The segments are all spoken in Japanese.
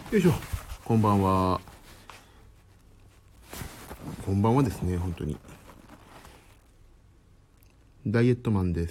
よいしょ。こんばんは。こんばんはですね、本当に。ダイエットマンです。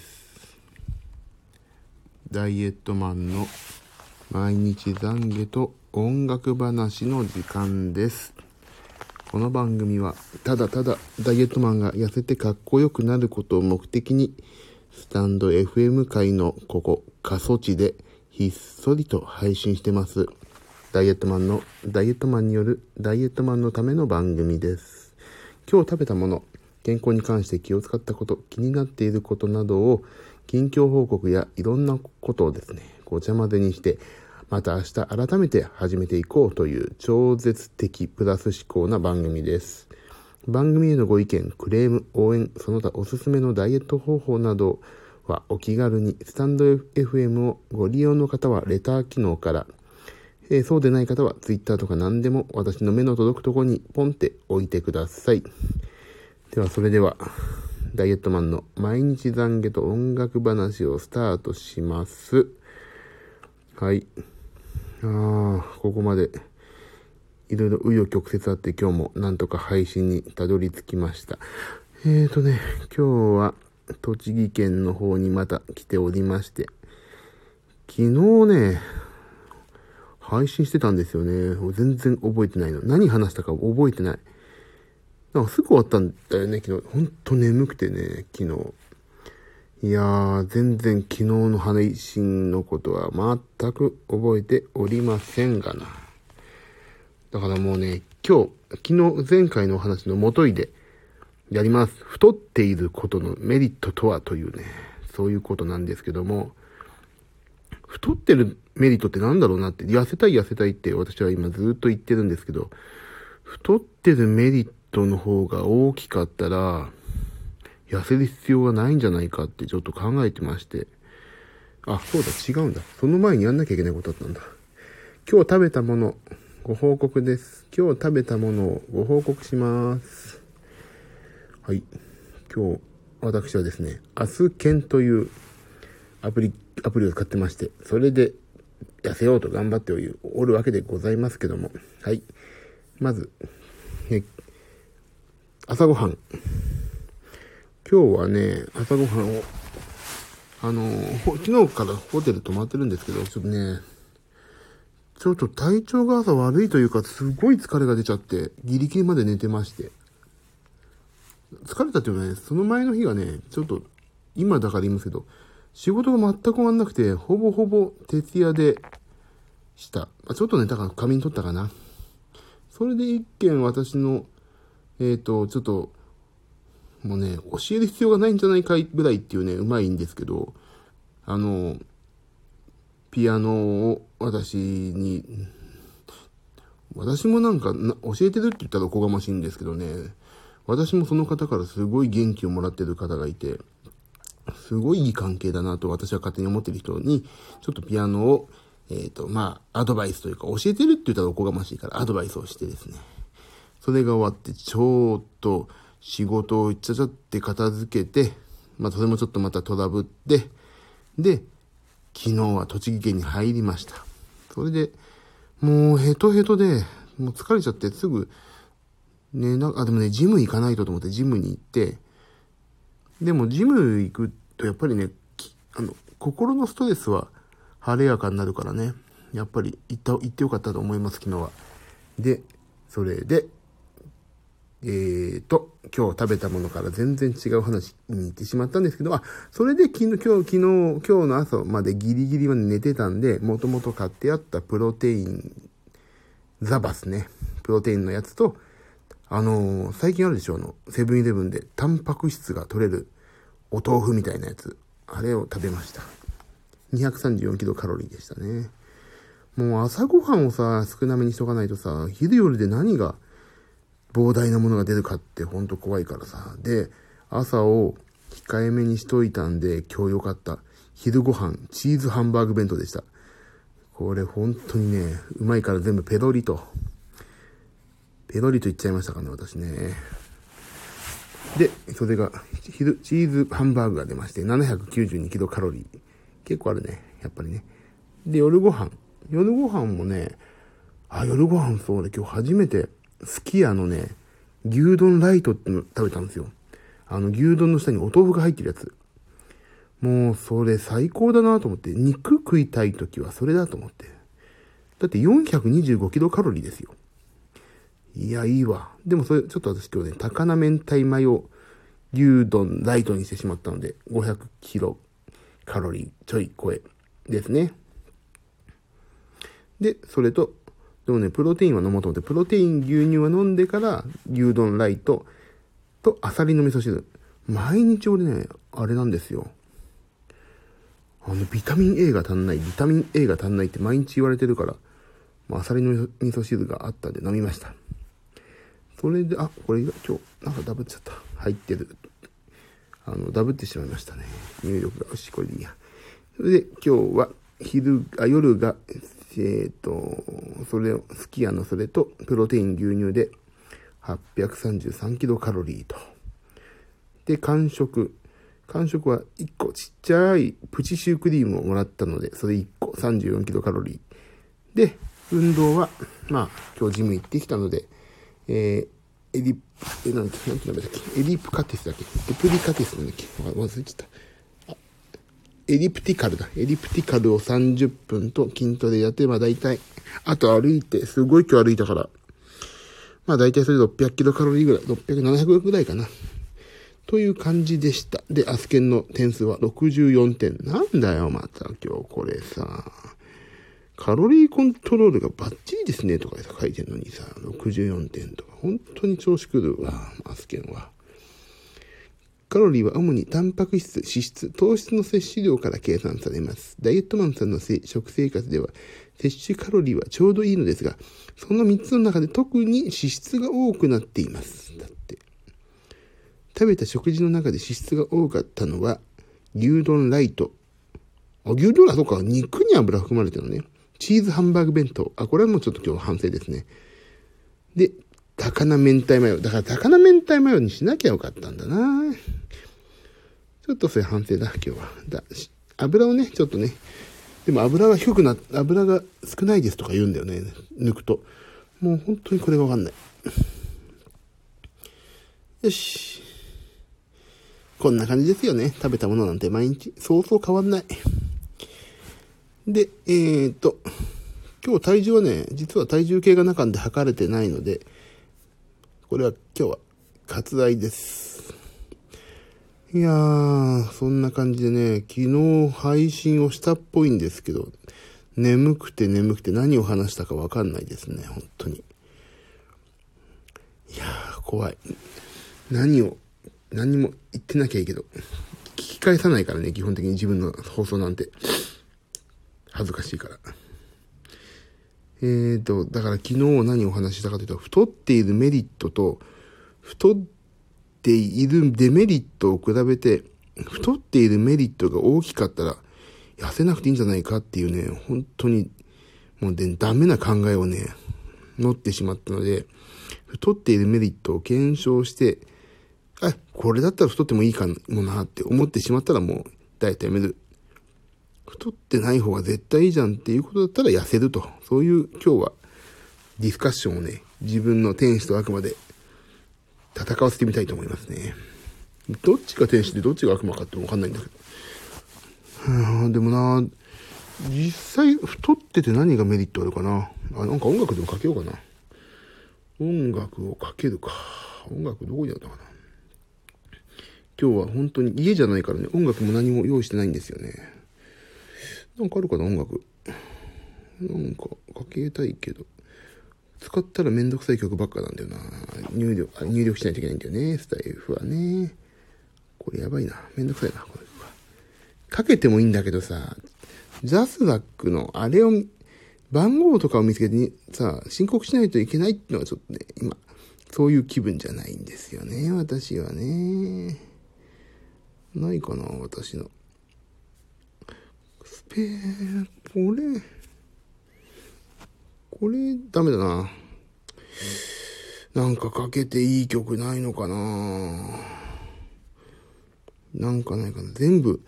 ダイエットマンの毎日懺悔と音楽話の時間です。この番組はただただダイエットマンが痩せてかっこよくなることを目的に、スタンド FM 界のここ過疎地でひっそりと配信してます。ダイエットマンによるダイエットマンのための番組です。今日食べたもの、健康に関して気を使ったこと、気になっていることなどを近況報告やいろんなことをですね、ごちゃ混ぜにして、また明日改めて始めていこうという超絶的プラス思考な番組です。番組へのご意見、クレーム、応援、その他おすすめのダイエット方法などはお気軽にスタンド FM をご利用の方はレター機能から、そうでない方は Twitter とか何でも私の目の届くところにポンって置いてください。それではダイエットマンの毎日懺悔と音楽話をスタートします。はい。ここまでいろいろ紆余曲折あって今日もなんとか配信にたどり着きました。今日は栃木県の方にまた来ておりまして、昨日ね、配信してたんですよね。全然覚えてないの。何話したか覚えてない。なんかすぐ終わったんだよね、昨日。ほんと眠くてね、昨日。いやー、全然昨日の配信のことは全く覚えておりませんがな。だからもうね、昨日前回のお話の元いでやります。太っていることのメリットとはというね、そういうことなんですけども、太ってるメリットってなんだろうなって、痩せたいって私は今ずっと言ってるんですけど、太ってるメリットの方が大きかったら、痩せる必要がないんじゃないかってちょっと考えてまして。そうだ、違うんだ。その前にやんなきゃいけないことだったんだ。今日食べたもの、ご報告です。今日食べたものをご報告します。はい。今日、私はですね、アスケンというアプリを使ってまして、それで痩せようと頑張っておるわけでございますけども。はい。まず、朝ごはん。今日はね、朝ごはんを、昨日からホテル泊まってるんですけど、ちょっと体調が朝悪いというか、すごい疲れが出ちゃって、ギリギリまで寝てまして。疲れたっていうのはね、その前の日がね、ちょっと、今だから言いますけど、仕事が全く終わんなくて、ほぼほぼ徹夜でした。ちょっとね、だから仮眠取ったかな。それで一件私の、ちょっと、もうね、教える必要がないんじゃないかぐらいっていうね、うまいんですけど、ピアノを私もなんか教えてるって言ったらおこがましいんですけどね、私もその方からすごい元気をもらってる方がいて、すごいいい関係だなと私は勝手に思ってる人に、ちょっとピアノを、アドバイスというか、教えてるって言ったらおこがましいからアドバイスをしてですね。それが終わって、ちょっと仕事をちゃちゃって片付けて、それもちょっとまたトラブって、で、昨日は栃木県に入りました。それで、もうヘトヘトで、もう疲れちゃってすぐ、でもね、ジム行かないとと思ってジムに行って、でもジム行くとやっぱりね、心のストレスは晴れやかになるからね、やっぱり行ってよかったと思います、昨日は。で、それで、今日食べたものから全然違う話に行ってしまったんですけど、それで今日の朝までギリギリまで寝てたんで、もともと買ってあったプロテイン、ザバスね、プロテインのやつと、最近あるでしょ、セブンイレブンでタンパク質が取れるお豆腐みたいなやつ、あれを食べました。234キロカロリーでしたね。もう朝ごはんをさ、少なめにしとかないとさ、昼夜で何が膨大なものが出るかってほんと怖いからさ。で、朝を控えめにしといたんで、今日よかった。昼ご飯、チーズハンバーグ弁当でした。これ本当にね、うまいから全部ペロリと言っちゃいましたかね、私ね。で、それが、チーズハンバーグが出まして、792キロカロリー。結構あるね、やっぱりね。で、夜ご飯もね、 夜ご飯そうで、今日初めて、すき家のね、牛丼ライトっての食べたんですよ。牛丼の下にお豆腐が入ってるやつ。もう、それ最高だなと思って、肉食いたいときはそれだと思って。だって425キロカロリーですよ。いや、いいわ。でもそれ、ちょっと私今日ね、高菜明太マヨ牛丼ライトにしてしまったので、500キロカロリーちょい超えですね。で、それと、でもね、プロテインは飲もうと思って、プロテイン牛乳は飲んでから、牛丼ライトとアサリの味噌汁。毎日俺ね、あれなんですよ。ビタミン A が足んないって毎日言われてるから、アサリの味噌汁があったんで飲みました。それで、これ今日、なんかダブっちゃった。入ってる。ダブってしまいましたね。入力が。よし、これでいいや。それで、今日は、夜が、それを、すき家のそれと、プロテイン牛乳で、833キロカロリーと。で、間食は1個ちっちゃいプチシュークリームをもらったので、それ1個34キロカロリー。で、運動は、今日ジム行ってきたので、エリプカティスだっけエプリカティスなんだっけ忘れちゃった。エリプティカルを30分と筋トレやって、大体、あと歩いて、すごい今日歩いたから、大体それ600キロカロリーぐらい、600、700ぐらいかな。という感じでした。で、アスケンの点数は64点。なんだよ、また今日これさ。カロリーコントロールがバッチリですねとか書いてんのにさ、64点とか。本当に調子くるわ、アスケンは。カロリーは主にタンパク質、脂質、糖質の摂取量から計算されます。ダイエットマンさんの食生活では、摂取カロリーはちょうどいいのですが、その3つの中で特に脂質が多くなっています。だって。食べた食事の中で脂質が多かったのは、牛丼ライト。牛丼はそうか、肉に油含まれてるのね。チーズハンバーグ弁当。これはもうちょっと今日反省ですね。で、高菜明太マヨ。だから高菜明太マヨにしなきゃよかったんだな。ちょっとそれ反省だ、今日は。油をね、ちょっとね。でも油が少ないですとか言うんだよね。抜くと。もう本当にこれがわかんない。よし。こんな感じですよね。食べたものなんて毎日、そうそう変わんない。で、今日体重はね、実は体重計が中で測れてないので、これは今日は割愛です。いやー、そんな感じでね、昨日配信をしたっぽいんですけど、眠くて何を話したかわかんないですね、本当に。いやー、怖い。何も言ってなきゃいいけど、聞き返さないからね、基本的に自分の放送なんて。恥ずかしいから。だから昨日何をお話ししたかというと、太っているメリットと、太っているデメリットを比べて、太っているメリットが大きかったら、痩せなくていいんじゃないかっていうね、本当に、もうダメな考えをね、持ってしまったので、太っているメリットを検証して、これだったら太ってもいいかもなって思ってしまったらもう、ダイエットやめる。太ってない方が絶対いいじゃんっていうことだったら痩せると。そういう今日はディスカッションをね、自分の天使と悪魔で戦わせてみたいと思いますね。どっちが天使でどっちが悪魔かって分かんないんだけど。でもな、実際太ってて何がメリットあるかな。なんか音楽でもかけようかな。音楽をかけるか。音楽どこにあったかな。今日は本当に家じゃないからね、音楽も何も用意してないんですよね。なんかあるかな、音楽。なんかかけたいけど、使ったらめんどくさい曲ばっかなんだよな。入力しないといけないんだよね、スタイフはね。これやばいな。めんどくさいな、これ。かけてもいいんだけどさ、ジャスダックのあれを、番号とかを見つけてさ、申告しないといけないっていうのはちょっとね、今、そういう気分じゃないんですよね、私はね。ないかな、私の。これ、ダメだな。なんかかけていい曲ないのかな。なんかないかな。全部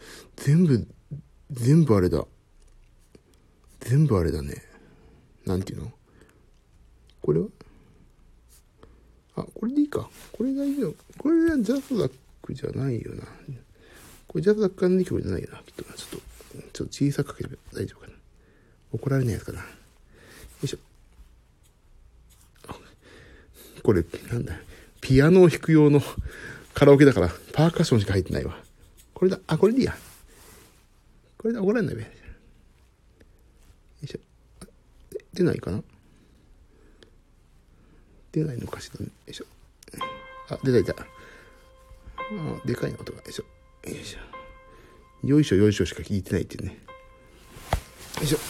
あれだ。全部あれだね。なんていうの？ これはこれでいいか。これ大丈夫。これはジャスダックじゃないよな。これジャスダックからできるわけじゃないよな。きっとな。ちょっと小さくかければ大丈夫かな。怒られないやつかな。よいしょ。これ、なんだ。ピアノを弾く用のカラオケだから、パーカッションしか入ってないわ。これだ。これでいいや。これで怒られないべ。よいしょ。出ないかな。出ないのかしらね。よいしょ。出た。でかい音が。よいしょ。よいしょ。よいしょよいしょしか聞いてないっていうね。よいしょ。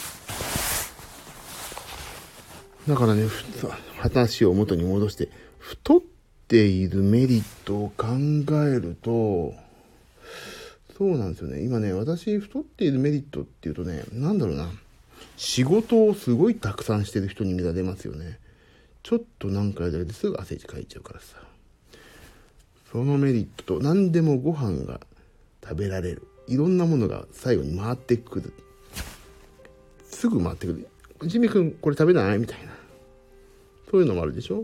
だからね、話を元に戻して、太っているメリットを考えると、そうなんですよね。今ね、私、太っているメリットっていうとね、なんだろうな。仕事をすごいたくさんしてる人に見られますよね。ちょっとなんかやるだけですぐ汗かいちゃうからさ。そのメリットと、何でもご飯が食べられる。いろんなものが最後に回ってくる。すぐ回ってくる。ジミ君これ食べないみたいな。そういうのもあるでしょ。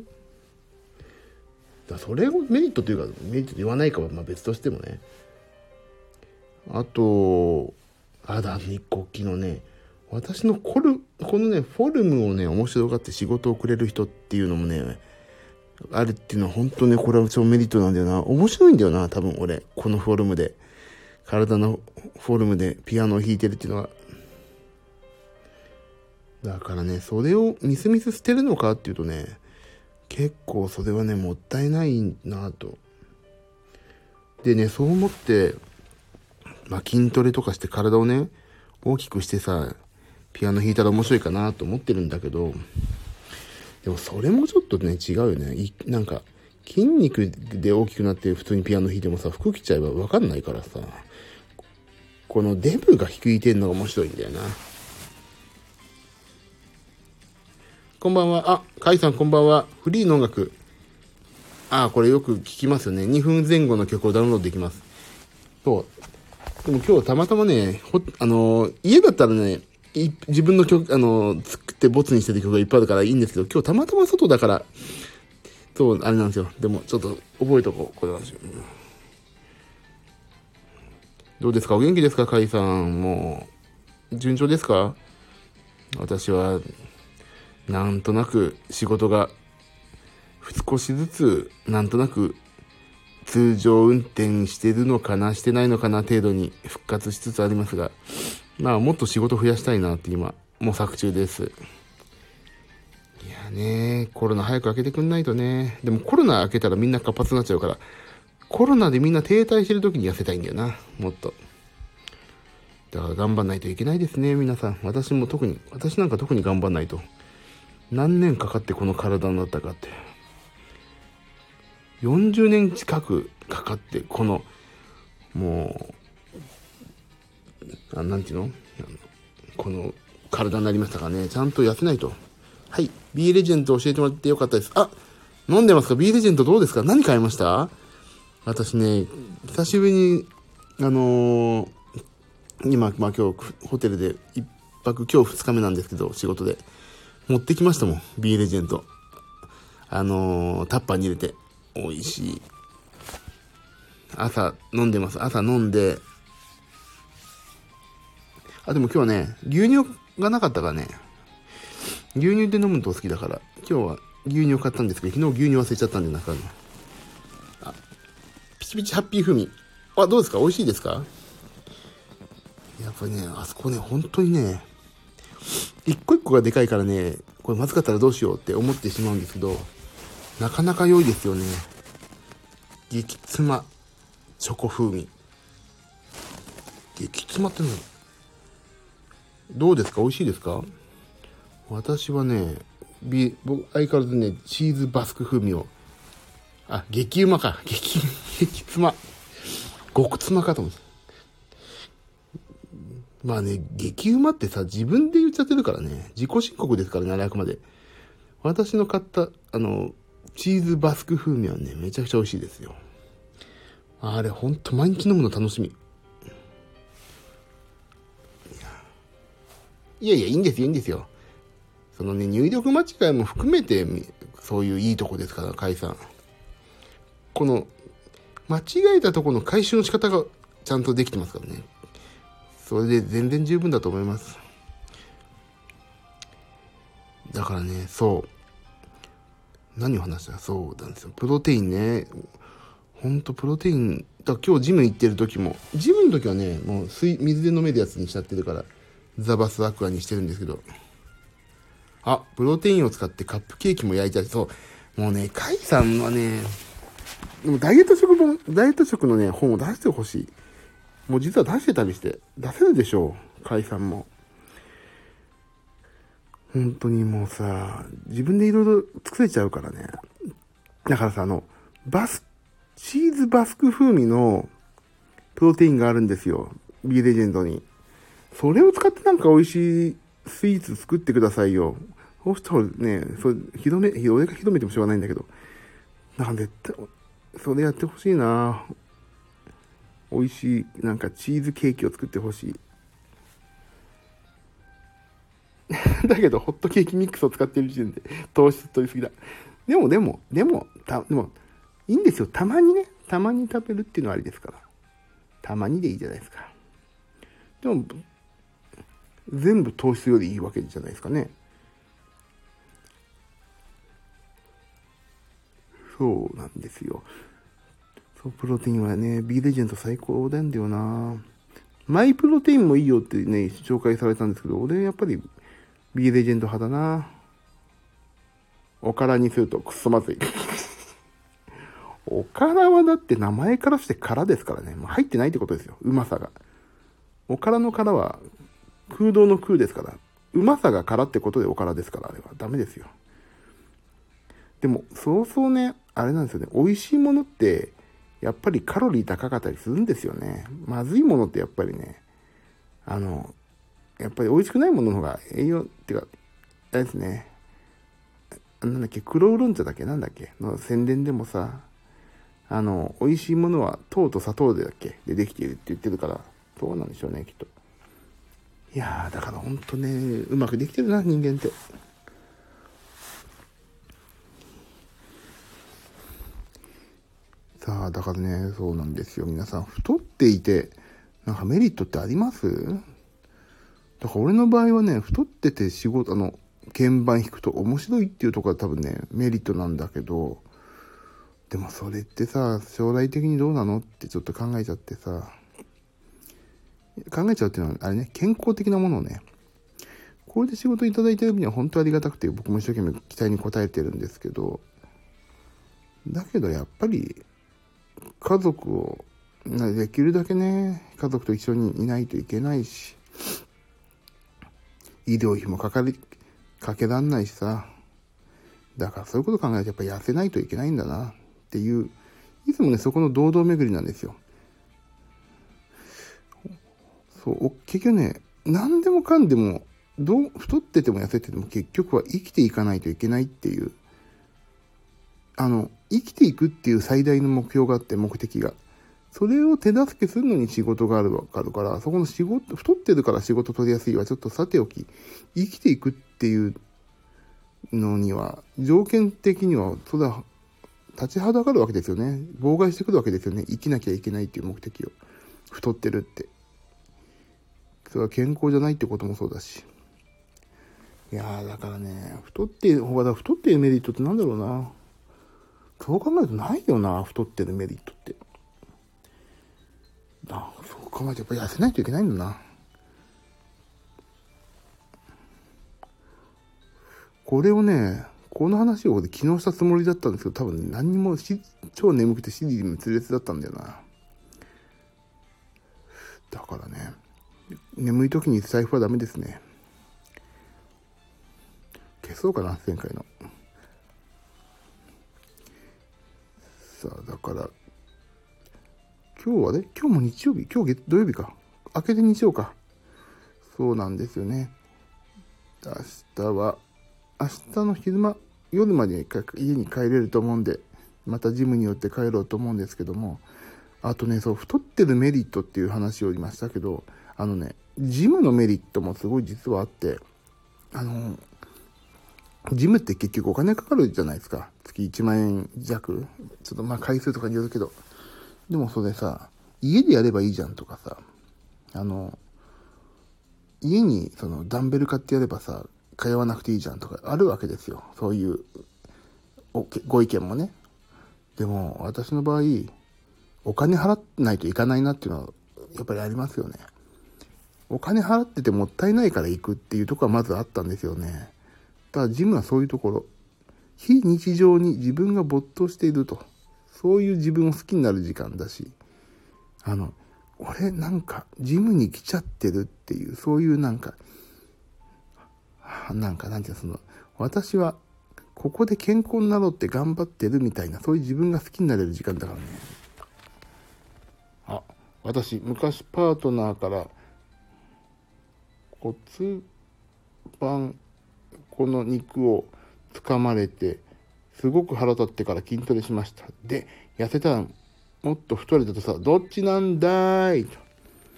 それをメリットというか、メリットと言わないかは別としてもね。あと、日国旗のね、私のこのね、フォルムをね、面白がって仕事をくれる人っていうのもね、あるっていうのは本当ね、これは超メリットなんだよな。面白いんだよな、多分俺。このフォルムで。体のフォルムでピアノを弾いてるっていうのは。だからね、それをみすみす捨てるのかっていうとね、結構それはね、もったいないなと。でね、そう思って、筋トレとかして体をね、大きくしてさ、ピアノ弾いたら面白いかなと思ってるんだけど、でもそれもちょっとね、違うよね。なんか、筋肉で大きくなって普通にピアノ弾いてもさ、服着ちゃえば分かんないからさ、このデブが弾いてんのが面白いんだよな。こんばんは。カイさんこんばんは。フリーの音楽。これよく聞きますよね。2分前後の曲をダウンロードできます。そう。でも今日たまたまね、家だったらね、自分の曲、作ってボツにしてる曲がいっぱいあるからいいんですけど、今日たまたま外だから、そう、あれなんですよ。でもちょっと覚えとこう。これなんですよ。どうですか？お元気ですか？カイさん。もう、順調ですか？私は、なんとなく仕事が少しずつなんとなく通常運転してるのかなしてないのかな程度に復活しつつありますが、もっと仕事増やしたいなって今模索中です。いやね、コロナ早く明けてくんないとね。でもコロナ明けたらみんな活発になっちゃうから、コロナでみんな停滞してる時に痩せたいんだよな、もっと。だから頑張んないといけないですね、皆さん。私なんか特に頑張んないと。何年かかってこの体になったかって。40年近くかかって、この、もう、なんていうの？この体になりましたからね。ちゃんと痩せないと。はい。B レジェンド教えてもらってよかったです。飲んでますか？ B レジェンドどうですか？何買いました？私ね、久しぶりに、今日ホテルで一泊、今日2日目なんですけど、仕事で。持ってきましたもん、B レジェンド。タッパーに入れて。美味しい。朝飲んでます。朝飲んで。でも今日はね、牛乳がなかったからね。牛乳で飲むと好きだから、今日は牛乳を買ったんですけど、昨日牛乳忘れちゃったんで、中の。ピチピチハッピー風味。どうですか？美味しいですか？やっぱりね、あそこね、本当にね、一個一個がでかいからね、これまずかったらどうしようって思ってしまうんですけど、なかなか良いですよね。激妻チョコ風味。激妻ってどうですか？美味しいですか？私はね、相変わらずね、チーズバスク風味を。激うまか。激妻。極妻かと思って。激うまってさ、自分で言っちゃってるからね。自己申告ですからね、あくまで。私の買った、チーズバスク風味はね、めちゃくちゃ美味しいですよ。あれ、ほんと毎日飲むの楽しみ。いや、いいんですよ。 そのね、入力間違いも含めて、そういういいとこですから、甲斐さん。この、間違えたところの回収の仕方がちゃんとできてますからね。それで全然十分だと思います。だからね、そう。何を話したらそうなんですよ。プロテインね。ほんとプロテイン。だから今日ジム行ってる時も、ジムの時はね、もう水で飲めるやつにしちゃってるから、ザバスアクアにしてるんですけど。あ、プロテインを使ってカップケーキも焼いちゃう。そう。もうね、カイさんはね、でもダイエット食のね、本を出してほしい。もう実は出してたりして、出せるでしょう。カイさんも。本当にもうさ、自分でいろいろ作れちゃうからね。だからさ、チーズバスク風味のプロテインがあるんですよ。B レジェンドに。それを使ってなんか美味しいスイーツ作ってくださいよ。そうしたらね、俺が広めてもしょうがないんだけど。なんで、それやってほしいな。美味しい、なんかチーズケーキを作ってほしい。だけど、ホットケーキミックスを使っている時点で糖質取りすぎだ。でも、いいんですよ。たまに食べるっていうのはありですから。たまにでいいじゃないですか。でも、全部糖質よりいいわけじゃないですかね。そうなんですよ。そう、プロテインはね、B レジェンド最高なんだよな。マイプロテインもいいよってね、紹介されたんですけど、俺やっぱり B レジェンド派だな。おからにするとくっそまずい。おからはだって名前からして殻ですからね。もう入ってないってことですよ。うまさが。おからの殻は空洞の空ですから。うまさが殻ってことでおからですから、あれは。ダメですよ。でも、そうね、あれなんですよね。美味しいものって、やっぱりカロリー高かったりするんですよね。まずいものってやっぱりね、やっぱり美味しくないものの方が栄養っていうか、あれですね。なんだっけ、黒ウーロン茶だっけなんだっけの宣伝でもさ、美味しいものは糖と砂糖でだっけでできているって言ってるから、そうなんでしょうね、きっと。いやー、だからほんとね、うまくできてるな、人間って。さあ、だからね、そうなんですよ。皆さん、太っていて、なんかメリットってあります？だから俺の場合はね、太ってて鍵盤弾くと面白いっていうところが多分ね、メリットなんだけど、でもそれってさ、将来的にどうなのってちょっと考えちゃってさ、考えちゃうっていうのは、あれね、健康的なものをね、これで仕事いただいてる分には本当ありがたくて、僕も一生懸命期待に応えてるんですけど、だけどやっぱり、家族を、できるだけね、家族と一緒にいないといけないし、医療費もかけらんないしさ、だからそういうこと考えるとやっぱ痩せないといけないんだなっていう、いつもね、そこの堂々巡りなんですよ。そう、結局ね、何でもかんでも、太ってても痩せてても結局は生きていかないといけないっていう、生きていくっていう最大の目標があって、目的が。それを手助けするのに仕事があるから、そこの太ってるから仕事取りやすいはちょっとさておき、生きていくっていうのには、条件的には、立ちはだかるわけですよね。妨害してくるわけですよね。生きなきゃいけないっていう目的を。太ってるって。それは健康じゃないってこともそうだし。いやー、だからね、太っているメリットってなんだろうな。そう考えるとないよな、太ってるメリットって。そう考えるとやっぱり痩せないといけないんだな。これをね、この話を俺昨日したつもりだったんですけど、多分何にも超眠くてシリ滅裂だったんだよな。だからね、眠い時に財布はダメですね。消そうかな、前回の。さあ、だから、今日も日曜日、今日土曜日か。明けて日曜か。そうなんですよね。明日の夜まで家に帰れると思うんで、またジムに寄って帰ろうと思うんですけども、あとね、そう、太ってるメリットっていう話を言いましたけど、ジムのメリットもすごい実はあって、 ジムって結局お金かかるじゃないですか。月1万円弱。ちょっと回数とかによるけど。でもそれさ、家でやればいいじゃんとかさ、家にダンベル買ってやればさ、通わなくていいじゃんとかあるわけですよ。そういうご意見もね。でも私の場合、お金払ってないといかないなっていうのはやっぱりありますよね。お金払っててもったいないから行くっていうところはまずあったんですよね。ただジムはそういうところ、非日常に自分が没頭していると、そういう自分を好きになる時間だし、俺なんかジムに来ちゃってるっていう、そういうなんていう私はここで健康になろうって頑張ってるみたいな、そういう自分が好きになれる時間だからね。私昔パートナーから骨盤この肉を掴まれてすごく腹立ってから筋トレしました。で痩せたらもっと太れたとさ、どっちなんだいと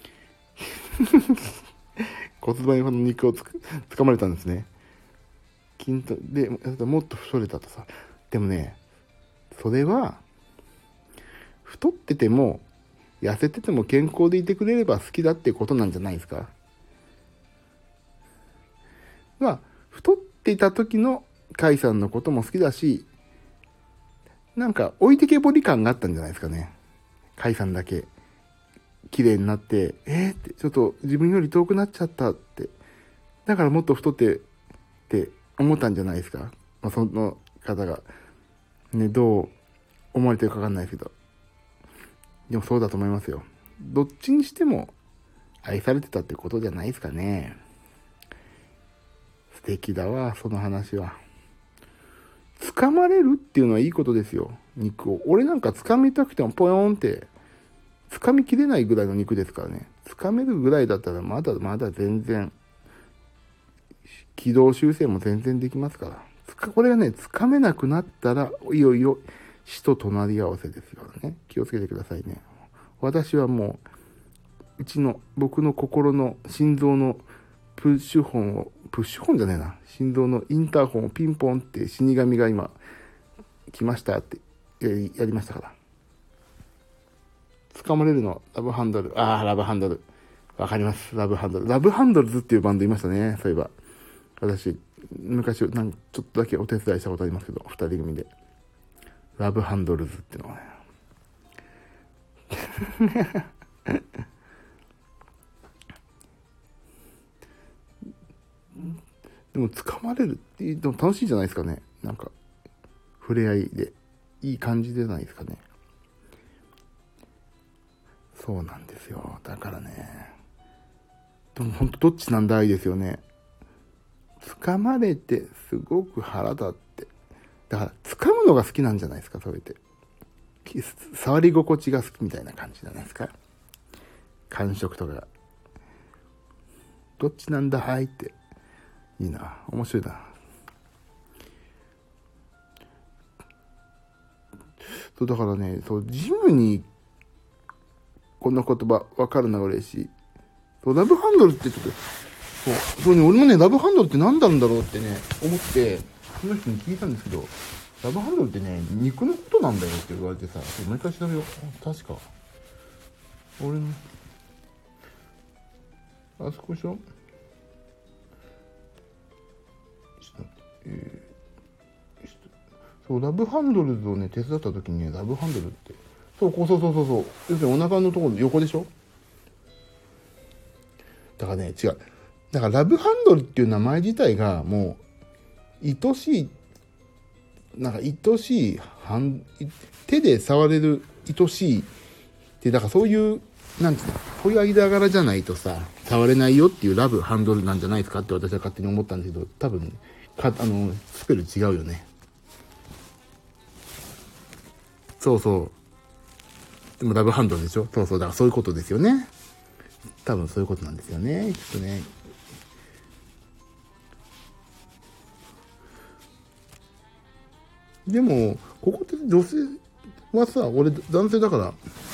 骨盤の肉を掴まれたんですね。筋トレでもっと太れたとさ。でもね、それは太ってても痩せてても健康でいてくれれば好きだってことなんじゃないですか。太っていた時の甲斐さんのことも好きだし、置いてけぼり感があったんじゃないですかね。甲斐さんだけ綺麗になってってちょっと自分より遠くなっちゃったって、だからもっと太ってって思ったんじゃないですか。その方がね、どう思われてるかわかんないですけど、でもそうだと思いますよ。どっちにしても愛されてたってことじゃないですかね。素敵だわ、その話は。掴まれるっていうのはいいことですよ、肉を。俺なんか掴みたくてもポヨンって掴みきれないぐらいの肉ですからね。掴めるぐらいだったらまだまだ全然軌道修正も全然できますから。これがね、掴めなくなったらいよいよ死と隣り合わせですよね。気をつけてくださいね。私はもう僕の心の心臓のプッシュホンじゃねえな、心臓のインターホンをピンポンって死神が今来ましたってやりましたから。掴まれるのラブハンドル。ラブハンドルわかります。ラブハンドルズっていうバンドいましたね。そういえば私昔ちょっとだけお手伝いしたことありますけど、2人組でラブハンドルズっていうのはねでも掴まれるってでも楽しいじゃないですかね。触れ合いでいい感じじゃないですかね。そうなんですよ。だからね、でも本当どっちなんだいですよね。掴まれてすごく腹立って、だから掴むのが好きなんじゃないですか。それって触り心地が好きみたいな感じじゃないですか。感触とかどっちなんだはいっていいな、面白いな。そうだからね、ジムにこんな言葉分かるのが嬉しい。ラブハンドルってちょっとそうね、俺もね、ラブハンドルって何なんだろうってね思ってその人に聞いたんですけど、ラブハンドルってね、肉のことなんだよって言われてさ、もう一回調べよう。確か俺のあそこでしょ。ラブハンドルズをね手伝った時にね、ラブハンドルってそう要するにお腹のところの横でしょ。だからね、違う、だからラブハンドルっていう名前自体がもう愛しい、手で触れる愛しいって、だからそういうこういう間柄じゃないとさ触れないよっていうラブハンドルなんじゃないですかって私は勝手に思ったんですけど、多分スペル違うよね。でもラブハンドルでしょ。だからそういうことですよね。多分そういうことなんですよね、きっとね。でもここって女性はさ、俺男性だから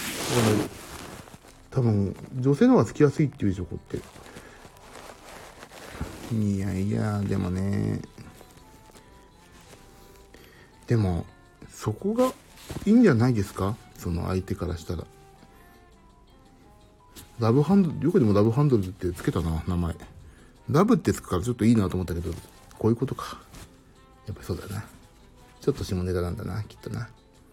多分女性の方がつきやすいっていうでしょ、こって。いやでもね、 でもそこがいいんじゃないですか、その相手からしたら。ラブハンドル、よくでもラブハンドルってつけたな、名前。ラブってつくからちょっといいなと思ったけど、こういうことか。やっぱりそうだな。ちょっと下ネタなんだな、きっとな。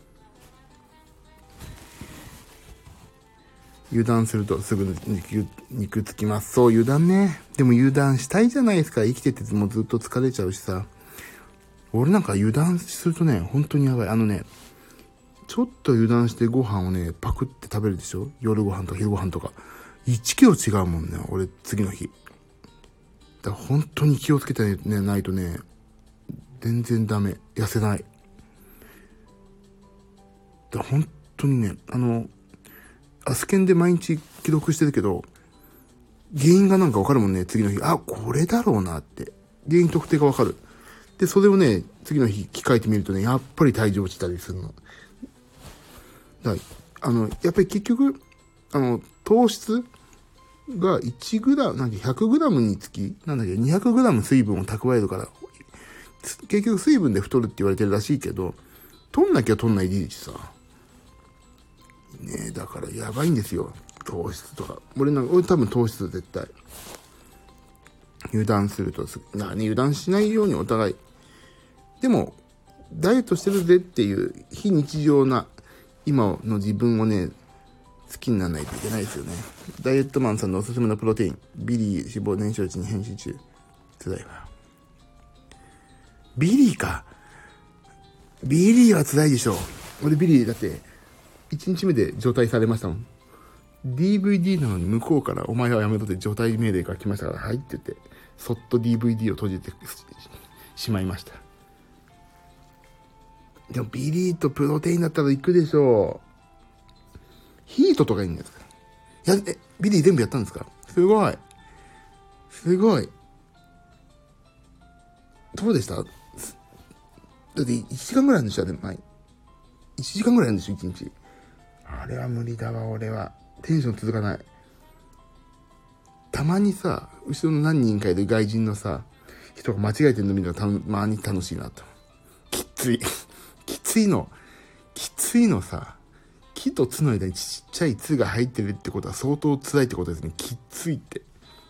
油断するとすぐ肉つきます。そう、油断ね。でも油断したいじゃないですか。生きててもずっと疲れちゃうしさ。俺なんか油断するとね、本当にやばい。ちょっと油断してご飯をね、パクって食べるでしょ？夜ご飯とか昼ご飯とか。1キロ違うもんね、俺、次の日。だから本当に気をつけてね、ないとね、全然ダメ。痩せない。だから本当にね、アスケンで毎日記録してるけど、原因がなんかわかるもんね、次の日。あ、これだろうなって。原因特定がわかる。で、それをね、次の日聞かえてみるとね、やっぱり体重落ちたりするの。だやっぱり結局、糖質が1グラム、100グラムにつき、200グラム水分を蓄えるから、結局水分で太るって言われてるらしいけど、取んなきゃ取んないでいいしさ。ねえ、だからやばいんですよ。糖質とか。俺多分糖質絶対。油断すると油断しないようにお互い。でも、ダイエットしてるぜっていう非日常な今の自分をね、好きにならないといけないですよね。ダイエットマンさんのおすすめのプロテイン。ビリー脂肪燃焼値に変身中。辛いわ。ビリーか。ビリーは辛いでしょ。俺ビリーだって、1日目で除隊されましたもん。DVD なのに向こうからお前はやめろって除隊命令が来ましたから、はいって言って、そっと DVD を閉じてしまいました。でもビリーとプロテインだったら行くでしょう。ヒートとかいいんですか？ビリー全部やったんですか？すごい。すごい。どうでした？だって1時間ぐらいあるんでしょ？でも、1時間ぐらいあるんでしょ？ 1 日。あれは無理だわ、俺は。テンション続かない。たまにさ、後ろの何人かいる外人のさ、人が間違えてるの見るのたまに楽しいなと。きつい。きついのさ、木とつの間にちっちゃいつが入ってるってことは相当辛いってことですね。きついって。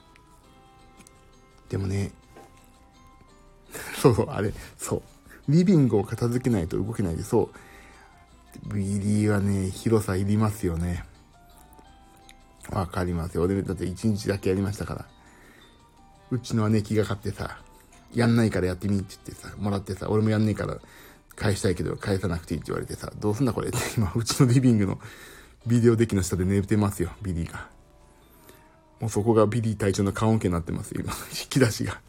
でもね、そう。リビングを片付けないと動けないで、そう。ビリーはね、広さいりますよね。わかりますよ。俺だって1日だけやりましたから。うちの姉貴が買ってさ、やんないからやってみって言ってさ、もらってさ、俺もやんねえから返したいけど返さなくていいって言われてさ、どうすんだこれって今うちのリビングのビデオデッキの下で寝てますよ、ビリーが。もうそこがビリー隊長の棺桶になってますよ、今。引き出しが。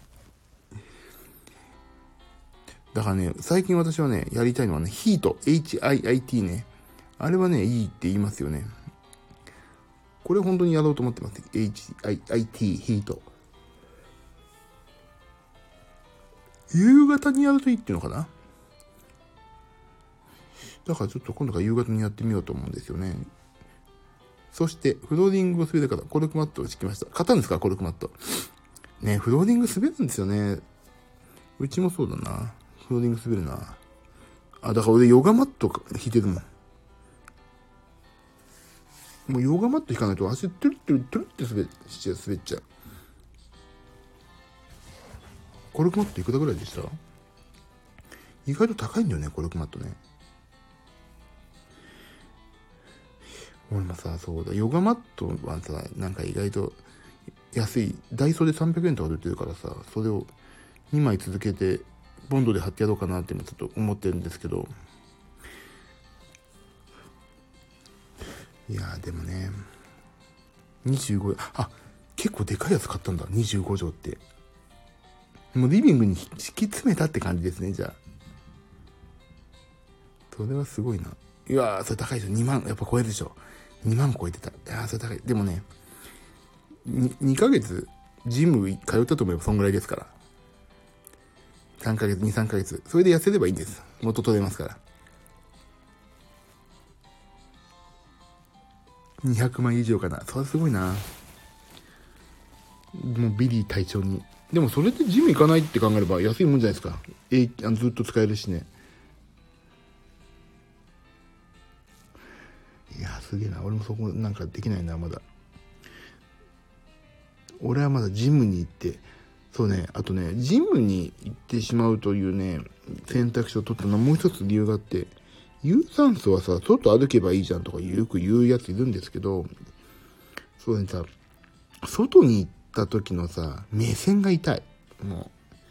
だからね、最近私はね、やりたいのはね、ヒート、HIIT ね。あれはね、いいって言いますよね。これ本当にやろうと思ってます。HIIT、ヒート。夕方にやるといいっていうのかな？だからちょっと今度から夕方にやってみようと思うんですよね。そして、フローリングを滑るから、コルクマットを敷きました。買ったんですか？コルクマット。ね、フローリング滑るんですよね。うちもそうだな。フローリング滑るな。だから俺ヨガマット引いてるもん。もうヨガマット引かないと足トゥルトゥルトゥルって滑っちゃう。コルクマットいくらぐらいでした？意外と高いんだよね、コルクマットね。俺もさ、そうだ、ヨガマットはさ、なんか意外と安い、ダイソーで300円とかで売ってるからさ、それを2枚続けてボンドで貼ってやろうかなって今ちょっと思ってるんですけど、いやーでもね、25、結構でかいやつ買ったんだ、25畳って。もうリビングに敷き詰めたって感じですね、じゃあ。それはすごいな。いやー、それ高いでしょ。2万、やっぱ超えるでしょ。2万超えてた。いやー、それ高い。でもね、2ヶ月、ジム通ったと思えばそんぐらいですから。3ヶ月、2、3ヶ月。それで痩せればいいんです。元取れますから。200万以上かな。それすごいな。もうビリー隊長に。でもそれでジム行かないって考えれば安いもんじゃないですか。ずっと使えるしね。 すげえな。俺もそこなんかできないな、まだ。俺はまだジムに行って、そうね、あとね、ジムに行ってしまうというね、選択肢を取ったのはもう一つ理由があって、有酸素はさ、外歩けばいいじゃんとかよく言うやついるんですけど、そうね、さ、外に行った時のさ、目線が痛い。も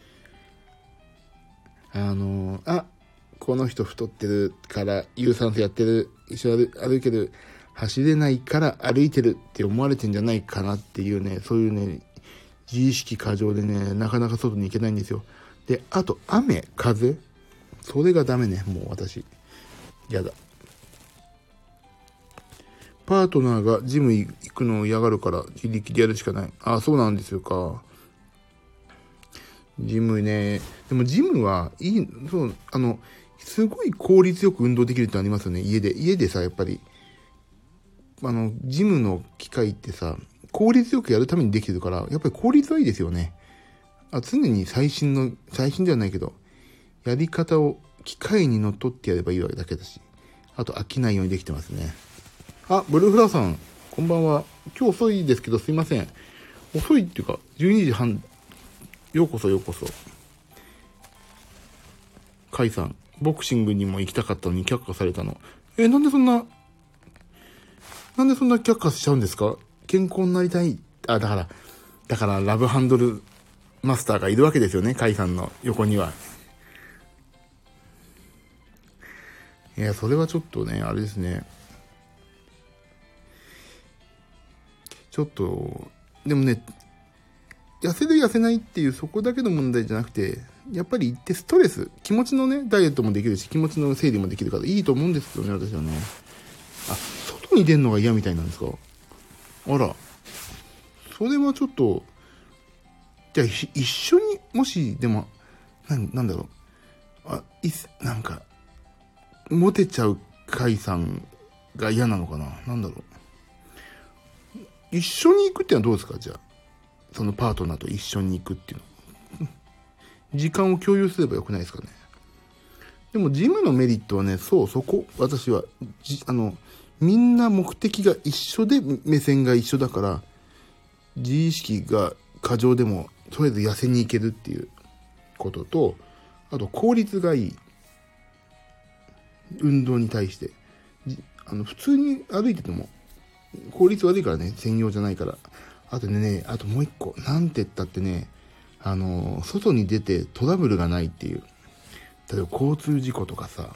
う、この人太ってるから有酸素やってる、一緒に歩ける、走れないから歩いてるって思われてんじゃないかなっていうね、そういうね、自意識過剰でね、なかなか外に行けないんですよ。で、あと雨、風、それがダメね、もう私。やだ。パートナーがジム行くのを嫌がるから自力でやるしかない。あ、そうなんですよか。ジムね。でもジムはいい、そう、すごい効率よく運動できるってありますよね。家でさ、やっぱり、ジムの機械ってさ、効率よくやるためにできてるから、やっぱり効率はいいですよね。常に最新ではないけど、やり方を機械にのっとってやればいいわけだけだし、あと飽きないようにできてますね。あ、ブルーフラワーさん、こんばんは。今日遅いですけどすいません。遅いっていうか、12時半、ようこそ。カイさん、ボクシングにも行きたかったのに却下されたの。なんでそんな却下しちゃうんですか？健康になりたい。だからラブハンドルマスターがいるわけですよね、カイさんの横には。いや、それはちょっとね、あれですね。ちょっと、でもね、痩せる痩せないっていうそこだけの問題じゃなくて、やっぱり行ってストレス、気持ちのね、ダイエットもできるし、気持ちの整理もできるからいいと思うんですよね、私はね。外に出るのが嫌みたいなんですか？あら、それはちょっと、じゃあ一緒に、もし、でも、なんだろう。なんか、モテちゃうカイさんが嫌なのかな？なんだろう。一緒に行くってのはどうですか？じゃあ。そのパートナーと一緒に行くっていうの。時間を共有すればよくないですかね。でもジムのメリットはね、そこ、私は、みんな目的が一緒で目線が一緒だから、自意識が過剰でも、とりあえず痩せに行けるっていうことと、あと効率がいい。運動に対して。普通に歩いてても、効率悪いからね、専用じゃないから。あともう一個、なんて言ったってね、外に出てトラブルがないっていう。例えば交通事故とかさ、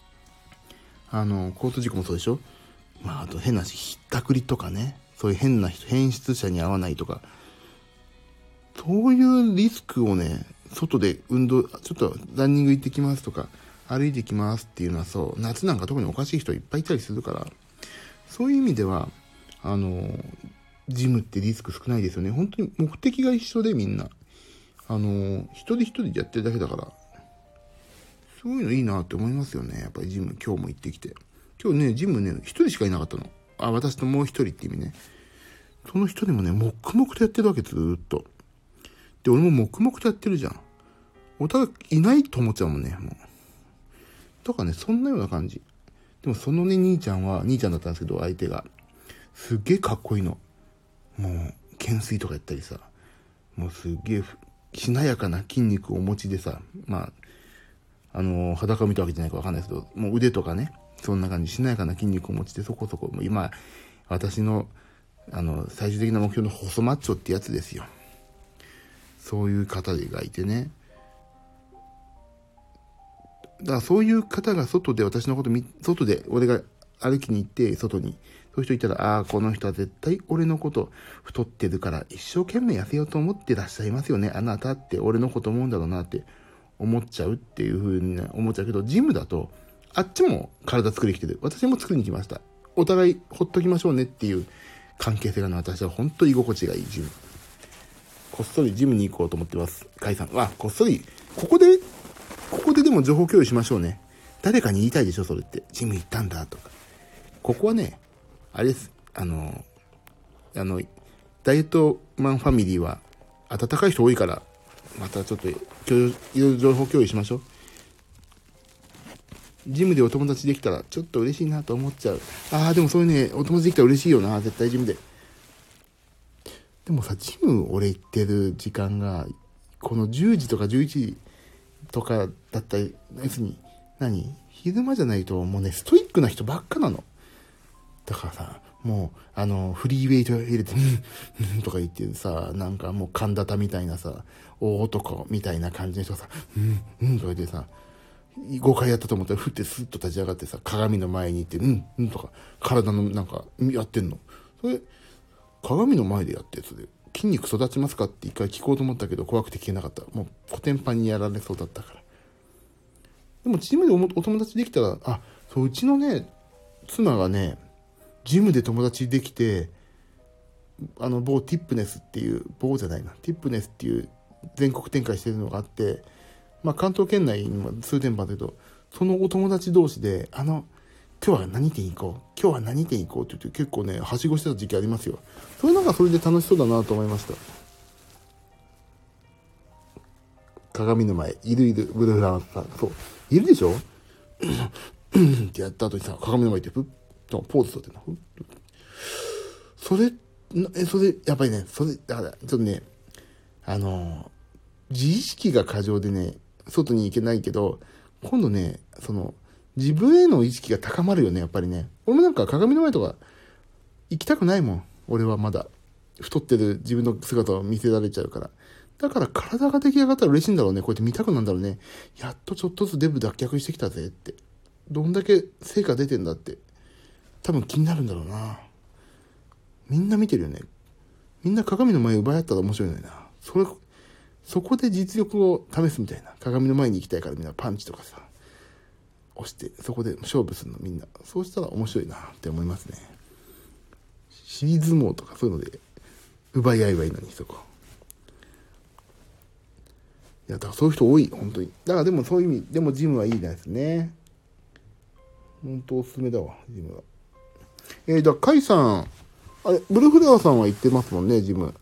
交通事故もそうでしょ？あと変なし、ひったくりとかね、そういう変な人、変質者に会わないとか、そういうリスクをね、外で運動、ちょっとランニング行ってきますとか、歩いてきますっていうのはそう、夏なんか特におかしい人いっぱいいたりするから、そういう意味では、ジムってリスク少ないですよね。本当に目的が一緒でみんな。一人でやってるだけだから、そういうのいいなって思いますよね。やっぱりジム、今日も行ってきて。今日ね、ジムね、一人しかいなかったの。私ともう一人って意味ね。その一人もね、黙々とやってるわけ、ずーっと。で、俺も黙々とやってるじゃん。お互いいないと思っちゃうもんね、もう。だからね、そんなような感じ。でもそのね、兄ちゃんだったんですけど、相手が。すっげえかっこいいの。もう、懸垂とかやったりさ。もうすっげえ、しなやかな筋肉をお持ちでさ、裸を見たわけじゃないかわかんないですけど、もう腕とかね、そんな感じ、しなやかな筋肉を持ちでそこそこ、もう今、私の、最終的な目標の細マッチョってやつですよ。そういう方がいてね。だからそういう方が外で私のこと外で俺が歩きに行って外に、そういう人いたら、この人は絶対俺のこと太ってるから一生懸命痩せようと思ってらっしゃいますよね。あなたって俺のこと思うんだろうなって思っちゃうっていう風に思っちゃうけど、ジムだとあっちも体作りに来てる。私も作りに来ました。お互いほっときましょうねっていう関係性が私は本当に居心地がいいジム。こっそりジムに行こうと思ってます。カイさん。こっそり、ここででも情報共有しましょうね。誰かに言いたいでしょ、それって。ジム行ったんだとか。ここはね、あれです。ダイエットマンファミリーは温かい人多いから、またちょっといろいろ情報共有しましょう。 ジムでお友達できたらちょっと嬉しいなと思っちゃう。でもそういうね、お友達できたら嬉しいよな、絶対ジムで。でもさ、ジム俺行ってる時間が、この10時とか11時とかだったり、要するに、昼間じゃないともうね、ストイックな人ばっかなの。だからさ、もう、フリーウェイト入れて、とか言ってさ、なんかもう神田田みたいなさ、大男みたいな感じの人がさ、とか言ってさ、5回やったと思ったら、ふってスッと立ち上がってさ、鏡の前に行って、とか、体のなんか、やってんの。それ、鏡の前でやってやつで、筋肉育ちますかって一回聞こうと思ったけど、怖くて聞けなかった。もう、コテンパンにやられそうだったから。でも、ジムでお友達できたら、そう、うちのね、妻がね、ジムで友達できて、某ティップネスっていう、某じゃないな、ティップネスっていう全国展開してるのがあって、関東圏内にも数店舗だけど、そのお友達同士で、今日は何店行こうって言って結構ね、はしごしてた時期ありますよ。それなんかそれで楽しそうだなと思いました。鏡の前、いる、ブルーフラワーさん。そう。いるでしょってやった後にさ、鏡の前行って、ポーズ取ってな。やっぱりね、だから、ちょっとね、自意識が過剰でね、外に行けないけど、今度ね、自分への意識が高まるよね、やっぱりね。俺もなんか鏡の前とか行きたくないもん。俺はまだ。太ってる自分の姿を見せられちゃうから。だから体が出来上がったら嬉しいんだろうね。こうやって見たくなんだろうね。やっとちょっとずつデブ脱却してきたぜって。どんだけ成果出てんだって。多分気になるんだろうな。みんな見てるよね。みんな鏡の前奪い合ったら面白いのにな。そこで実力を試すみたいな。鏡の前に行きたいからみんなパンチとかさ、押して、そこで勝負するのみんな。そうしたら面白いなって思いますね。尻相撲とかそういうので、奪い合えばいいのに、そこ。いや、だからそういう人多い、本当に。だからでもそういう意味、でもジムはいいですね。本当おすすめだわ、ジムは。だからカイさん、ブルーフラワーさんは行ってますもんね、ジム。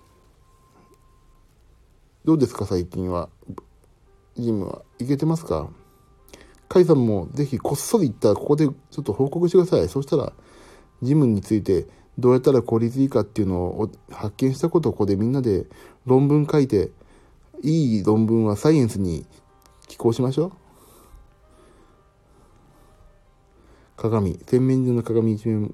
どうですか、最近は。ジムは。行けてますか？カイさんもぜひこっそり行ったらここでちょっと報告してください。そしたら、ジムについてどうやったら効率いいかっていうのを発見したことをここでみんなで論文書いて、いい論文はサイエンスに寄稿しましょう。鏡。洗面所の鏡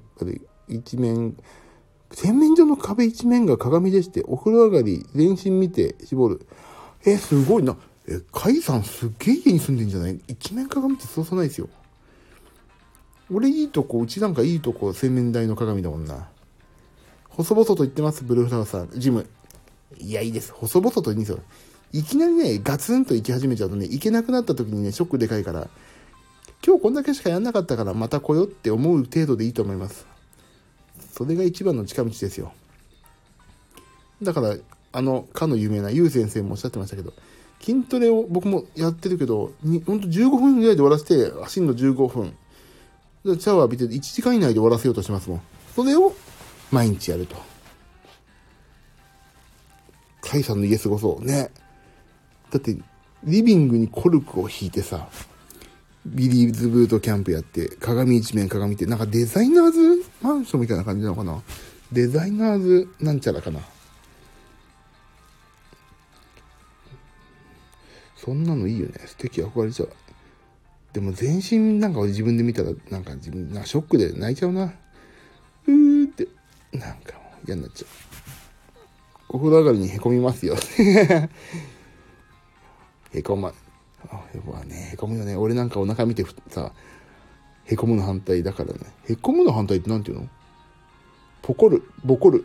洗面所の壁一面が鏡でして、お風呂上がり、全身見て絞る。すごいな。カイさんすっげえ家に住んでんじゃない？一面鏡ってそうそうないですよ。俺うちなんかいいとこ、洗面台の鏡だもんな。細々と言ってます、ブルーフラワーさん。ジム。いや、いいです。細々といいんですよ。いきなりね、ガツンと行き始めちゃうとね、行けなくなった時にね、ショックでかいから、今日こんだけしかやんなかったからまた来よって思う程度でいいと思います。それが一番の近道ですよ。だから、かの有名なユウ先生もおっしゃってましたけど、筋トレを僕もやってるけど、ほんと15分ぐらいで終わらせて、走るの15分。シャワー浴びて1時間以内で終わらせようとしますもん。それを毎日やると。カイさんの家すごそうね。だって、リビングにコルクを引いてさ、ビリーズブートキャンプやって、鏡一面鏡って、なんかデザイナーズマンションみたいな感じなのかな。デザイナーズなんちゃらかな。そんなのいいよね。素敵、憧れちゃう。でも全身なんか俺自分で見たら、なんかショックで泣いちゃうな。って、なんかもう嫌になっちゃう。お風呂上がりに凹みますよ。へこむよね。俺なんかお腹見てさ、へこむの反対だからね。へこむの反対ってなんていうの？ボコる。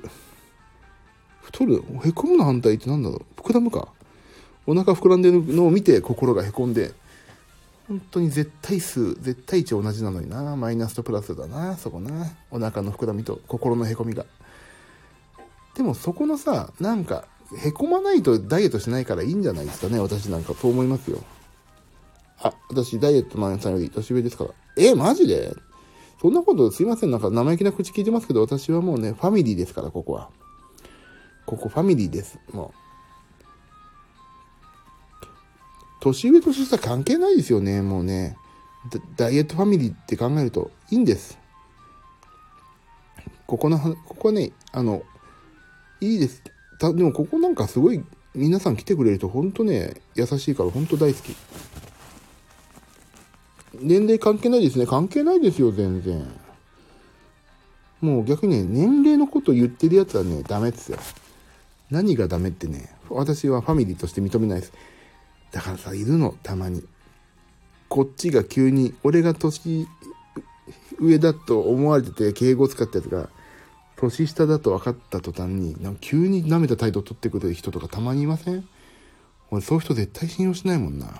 太る。へこむの反対ってなんだろう？膨らむか。お腹膨らんでるのを見て心がへこんで、本当に絶対値同じなのにな。マイナスとプラスだな、そこな。お腹の膨らみと心のへこみが。でもそこのさ、なんか、へこまないとダイエットしないからいいんじゃないですかね。私なんかそう思いますよ。私ダイエットマンさんより年上ですから。マジで？そんなことすいません。なんか生意気な口聞いてますけど、私はもうね、ファミリーですから、ここは。ここファミリーです。もう。年上年下関係ないですよね、もうね。 ダイエットファミリーって考えるといいんです。ここはね、いいです。でもここなんかすごい皆さん来てくれると本当ね、優しいから本当大好き。年齢関係ないですね。関係ないですよ、全然。もう逆にね、年齢のことを言ってるやつはね、ダメですよ。何がダメってね、私はファミリーとして認めないです。だからさ、いるの、たまに。こっちが急に、俺が年上だと思われてて敬語を使ったやつが、年下だと分かった途端に、急に舐めた態度を取ってくれる人とかたまにいません？俺そういう人絶対信用しないもんな。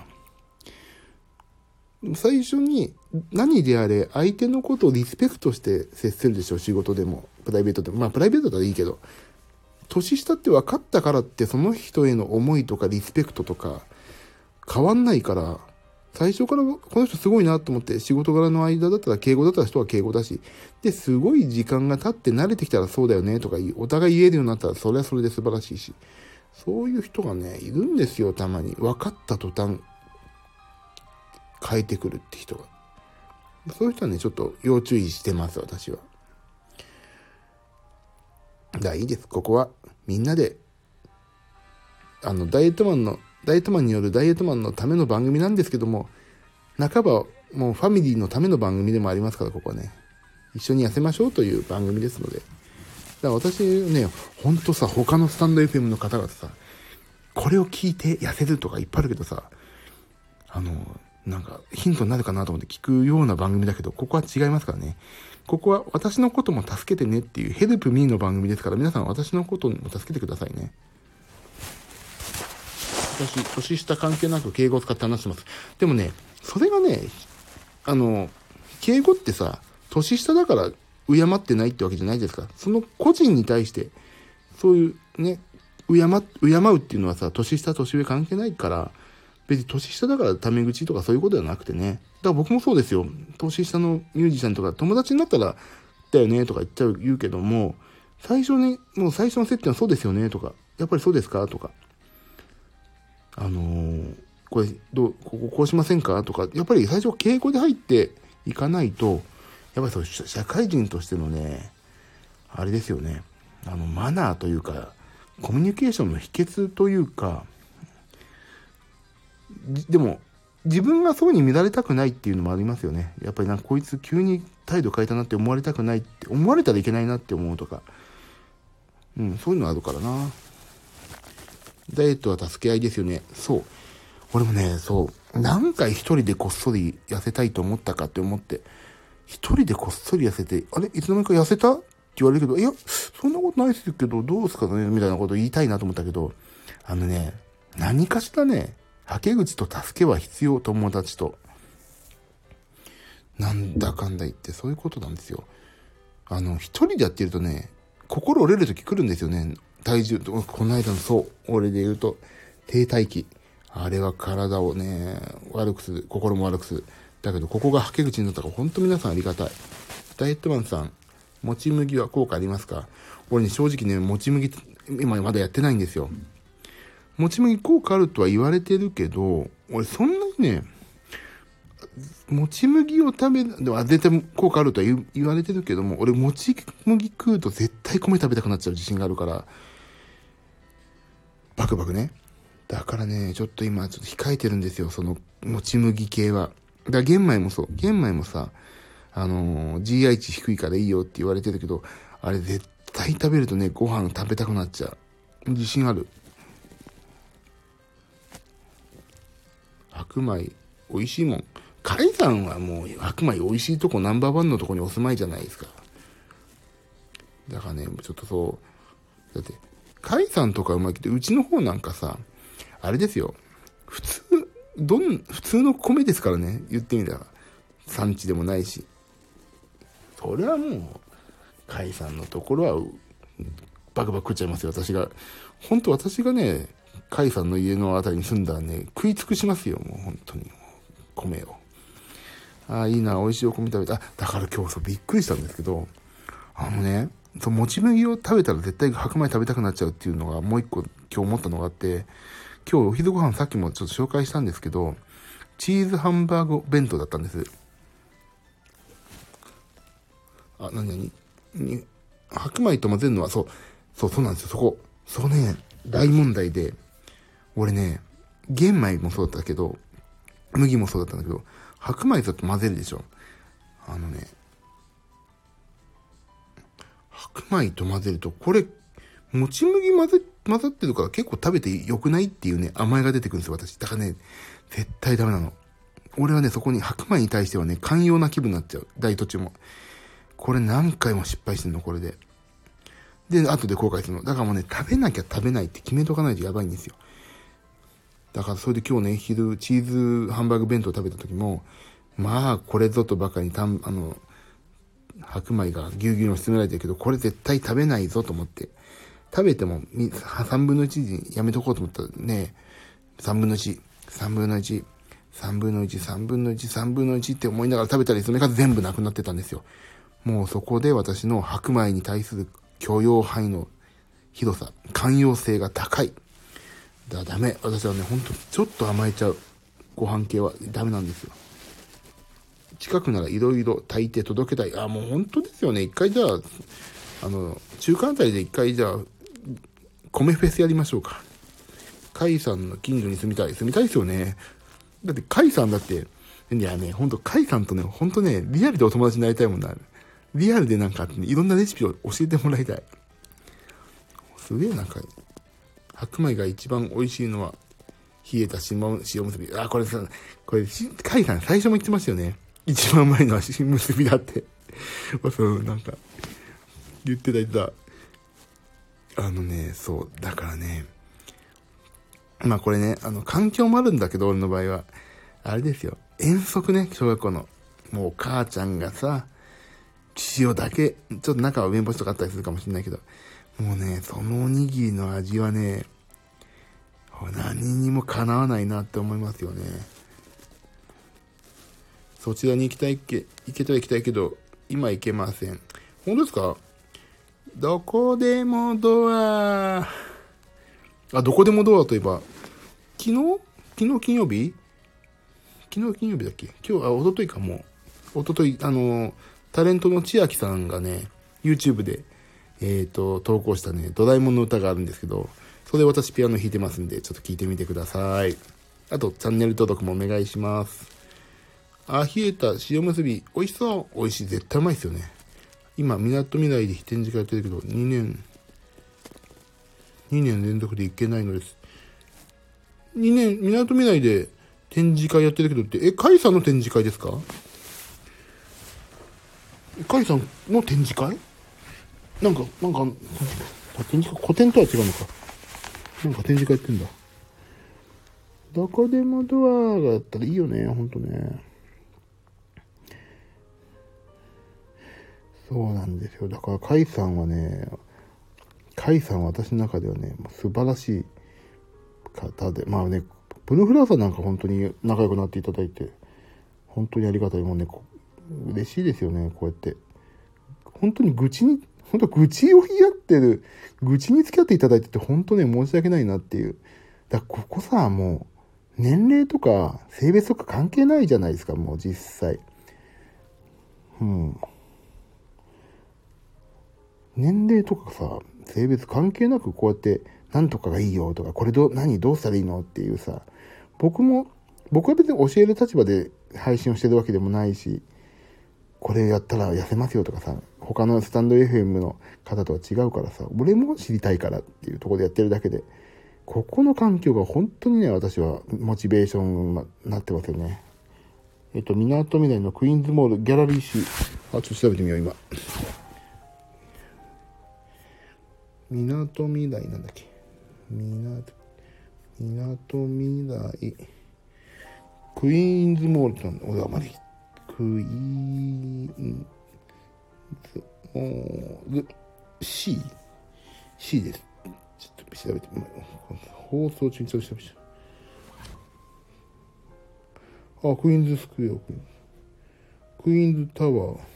最初に何であれ相手のことをリスペクトして接するでしょ。仕事でもプライベートでも。まあプライベートだったらいいけど、年下って分かったからってその人への思いとかリスペクトとか変わんないから、最初からこの人すごいなと思って、仕事柄の間だったら敬語だったら人は敬語だし、で、すごい時間が経って慣れてきたらそうだよねとかお互い言えるようになったらそれはそれで素晴らしいし、そういう人がね、いるんですよ、たまに。分かった途端、変えてくるって人が。そういう人はね、ちょっと要注意してます、私は。いいです。ここはみんなで、ダイエットマンによるダイエットマンのための番組なんですけども、半ばもうファミリーのための番組でもありますから、ここはね、一緒に痩せましょうという番組ですので。だから私ね、ほんとさ、他のスタンド FM の方々さ、これを聞いて痩せるとかいっぱいあるけどさ、なんかヒントになるかなと思って聞くような番組だけど、ここは違いますからね。ここは私のことも助けてねっていうヘルプミーの番組ですから、皆さん私のことも助けてくださいね。私、年下関係なく敬語を使って話してます。でもね、それがね、敬語ってさ、年下だから敬ってないってわけじゃないですか。その個人に対して、そういうね、敬うっていうのはさ、年下年上関係ないから、別に年下だからタメ口とかそういうことではなくてね。だから僕もそうですよ。年下のミュージシャンとか友達になったら、だよねとか言うけども、最初の接点はそうですよねとか、やっぱりそうですかとか、これこうしませんかとか、やっぱり最初は敬語で入っていかないと、やっぱりそう社会人としてのね、あれですよね。マナーというか、コミュニケーションの秘訣というか、でも自分がそうに見られたくないっていうのもありますよね。やっぱりこいつ急に態度変えたなって思われたくないって思われたらいけないなって思うとか、そういうのあるからな。ダイエットは助け合いですよね。そう。俺もね、何回一人でこっそり痩せたいと思ったかって思って、一人でこっそり痩せて、あれいつの間にか痩せたって言われるけど、いや、そんなことないですけど、どうですかねみたいなこと言いたいなと思ったけど、何かしらね、はけ口と助けは必要、友達と。なんだかんだ言ってそういうことなんですよ。一人でやってるとね、心折れる時来るんですよね。体重、この間の俺で言うと、低体期。あれは体をね、悪くする、心も悪くする。だけど、ここがはけ口になったから、本当皆さんありがたい。ダイエットマンさん、もち麦は効果ありますか？俺ね、正直ね、もち麦、今まだやってないんですよ。もち麦効果あるとは言われてるけど、俺そんなにね、もち麦を食べ、でも絶対効果あるとは言われてるけども、俺もち麦食うと絶対米食べたくなっちゃう自信があるから、バクバクね。だからね、ちょっと今ちょっと控えてるんですよ、そのもち麦系は。だから玄米もそう。玄米もさ、GI 値低いからいいよって言われてるけど、あれ絶対食べるとね、ご飯食べたくなっちゃう。自信ある。白米、美味しいもん。甲斐さんはもう白米美味しいとこナンバーワンのとこにお住まいじゃないですか。だからね、ちょっとそう。だって、甲斐さんとかうまくて、うちの方なんかさ、あれですよ。普通の米ですからね、言ってみたら。産地でもないし。それはもう、甲斐さんのところは、バクバク食っちゃいますよ、私が。本当私がね、甲斐さんの家のあたりに住んだらね、食い尽くしますよ、もう本当に。米を。ああ、いいな、美味しいお米食べた。だから今日びっくりしたんですけど、もち麦を食べたら絶対白米食べたくなっちゃうっていうのがもう一個今日思ったのがあって、今日お昼ご飯さっきもちょっと紹介したんですけど、 チーズハンバーグ弁当だったんです。白米と混ぜるのは、そうなんですよ。そこね、大問題で、俺ね、玄米もそうだったけど、麦もそうだったんだけど、白米と混ぜるでしょ。白米と混ぜると、これ、もち麦混ざってるから結構食べて良くないっていうね、甘えが出てくるんですよ、私。だからね、絶対ダメなの。俺はね、そこに白米に対してはね、寛容な気分になっちゃう。大途中も。これ何回も失敗してんの、これで。で、後で後悔するの。だからもうね、食べなきゃ食べないって決めとかないとやばいんですよ。だからそれで今日ね、昼、チーズハンバーグ弁当食べた時も、まあ、これぞとばかり白米がぎゅうぎゅうに詰められてるけど、これ絶対食べないぞと思って。食べても、3分の1にやめとこうと思ったらね、3分の1、3分の1、3分の1、3分の1、3分の1って思いながら食べたり、その数全部なくなってたんですよ。もうそこで私の白米に対する許容範囲の広さ、寛容性が高い。だからダメ。私はね、ほんと、ちょっと甘えちゃう。ご飯系はダメなんですよ。近くならいろいろ炊いて届けたい。もう本当ですよね。一回じゃあ、中間あたりで一回じゃあ、米フェスやりましょうか。甲斐さんの近所に住みたいですよね。だって甲斐さんだって、いやね、ほんと甲斐さんとね、ほんとね、リアルでお友達になりたいもんな。リアルでなんか、いろんなレシピを教えてもらいたい。すげえなんか、白米が一番美味しいのは、冷えた塩結び。これ甲斐さん最初も言ってましたよね。一番うまいのは塩結びだって。なんか、言ってた。そう、だからね、まあこれね、環境もあるんだけど、俺の場合は。あれですよ。遠足ね、小学校の。もうお母ちゃんがさ、塩だけ、ちょっと中は梅干しとかあったりするかもしれないけど、もうね、そのおにぎりの味はね、何にもかなわないなって思いますよね。そちらに行けたら行きたいけど、今行けません。本当ですか？どこでもドア。どこでもドアといえば、昨日金曜日だっけ？一昨日かもう。一昨日タレントの千秋さんがね、YouTube で、投稿したね、ドラえもんの歌があるんですけど、それ私ピアノ弾いてますんで、ちょっと聞いてみてください。あと、チャンネル登録もお願いします。冷えた塩むすび、美味しそう。美味しい。絶対うまいですよね。今、みなとみらいで展示会やってるけど、2年連続で行けないのです。2年、みなとみらいで展示会やってるけどって、甲斐さんの展示会ですか？甲斐さんの展示会？展示会、古典とは違うのか。なんか展示会やってんだ。どこでもドアがあったらいいよね、ほんとね。そうなんですよ。だから、甲斐さんは私の中ではね、素晴らしい方で、まあね、ブルーフラワーさんなんか本当に仲良くなっていただいて、本当にありがたい。もうね、嬉しいですよね、こうやって。本当に愚痴を言い合ってる、愚痴に付き合っていただいてて、本当ね、申し訳ないなっていう。だからここさ、もう、年齢とか性別とか関係ないじゃないですか、もう実際。年齢とかさ、性別関係なくこうやって、なんとかがいいよとか、これどうしたらいいのっていうさ、僕は別に教える立場で配信をしてるわけでもないし、これやったら痩せますよとかさ、他のスタンド FM の方とは違うからさ、俺も知りたいからっていうところでやってるだけで、ここの環境が本当にね、私はモチベーションになってますよね。みなとみらいのクイーンズモールギャラリー C。ちょっと調べてみよう、今。みなとみらいなんだっけ？みなとみらいクイーンズモールってなんだ。俺あまりクイーンズモール C です。ちょっと調べてみよう。放送中にちょっと調べちゃう。クイーンズスクエア、クイーンズタワー、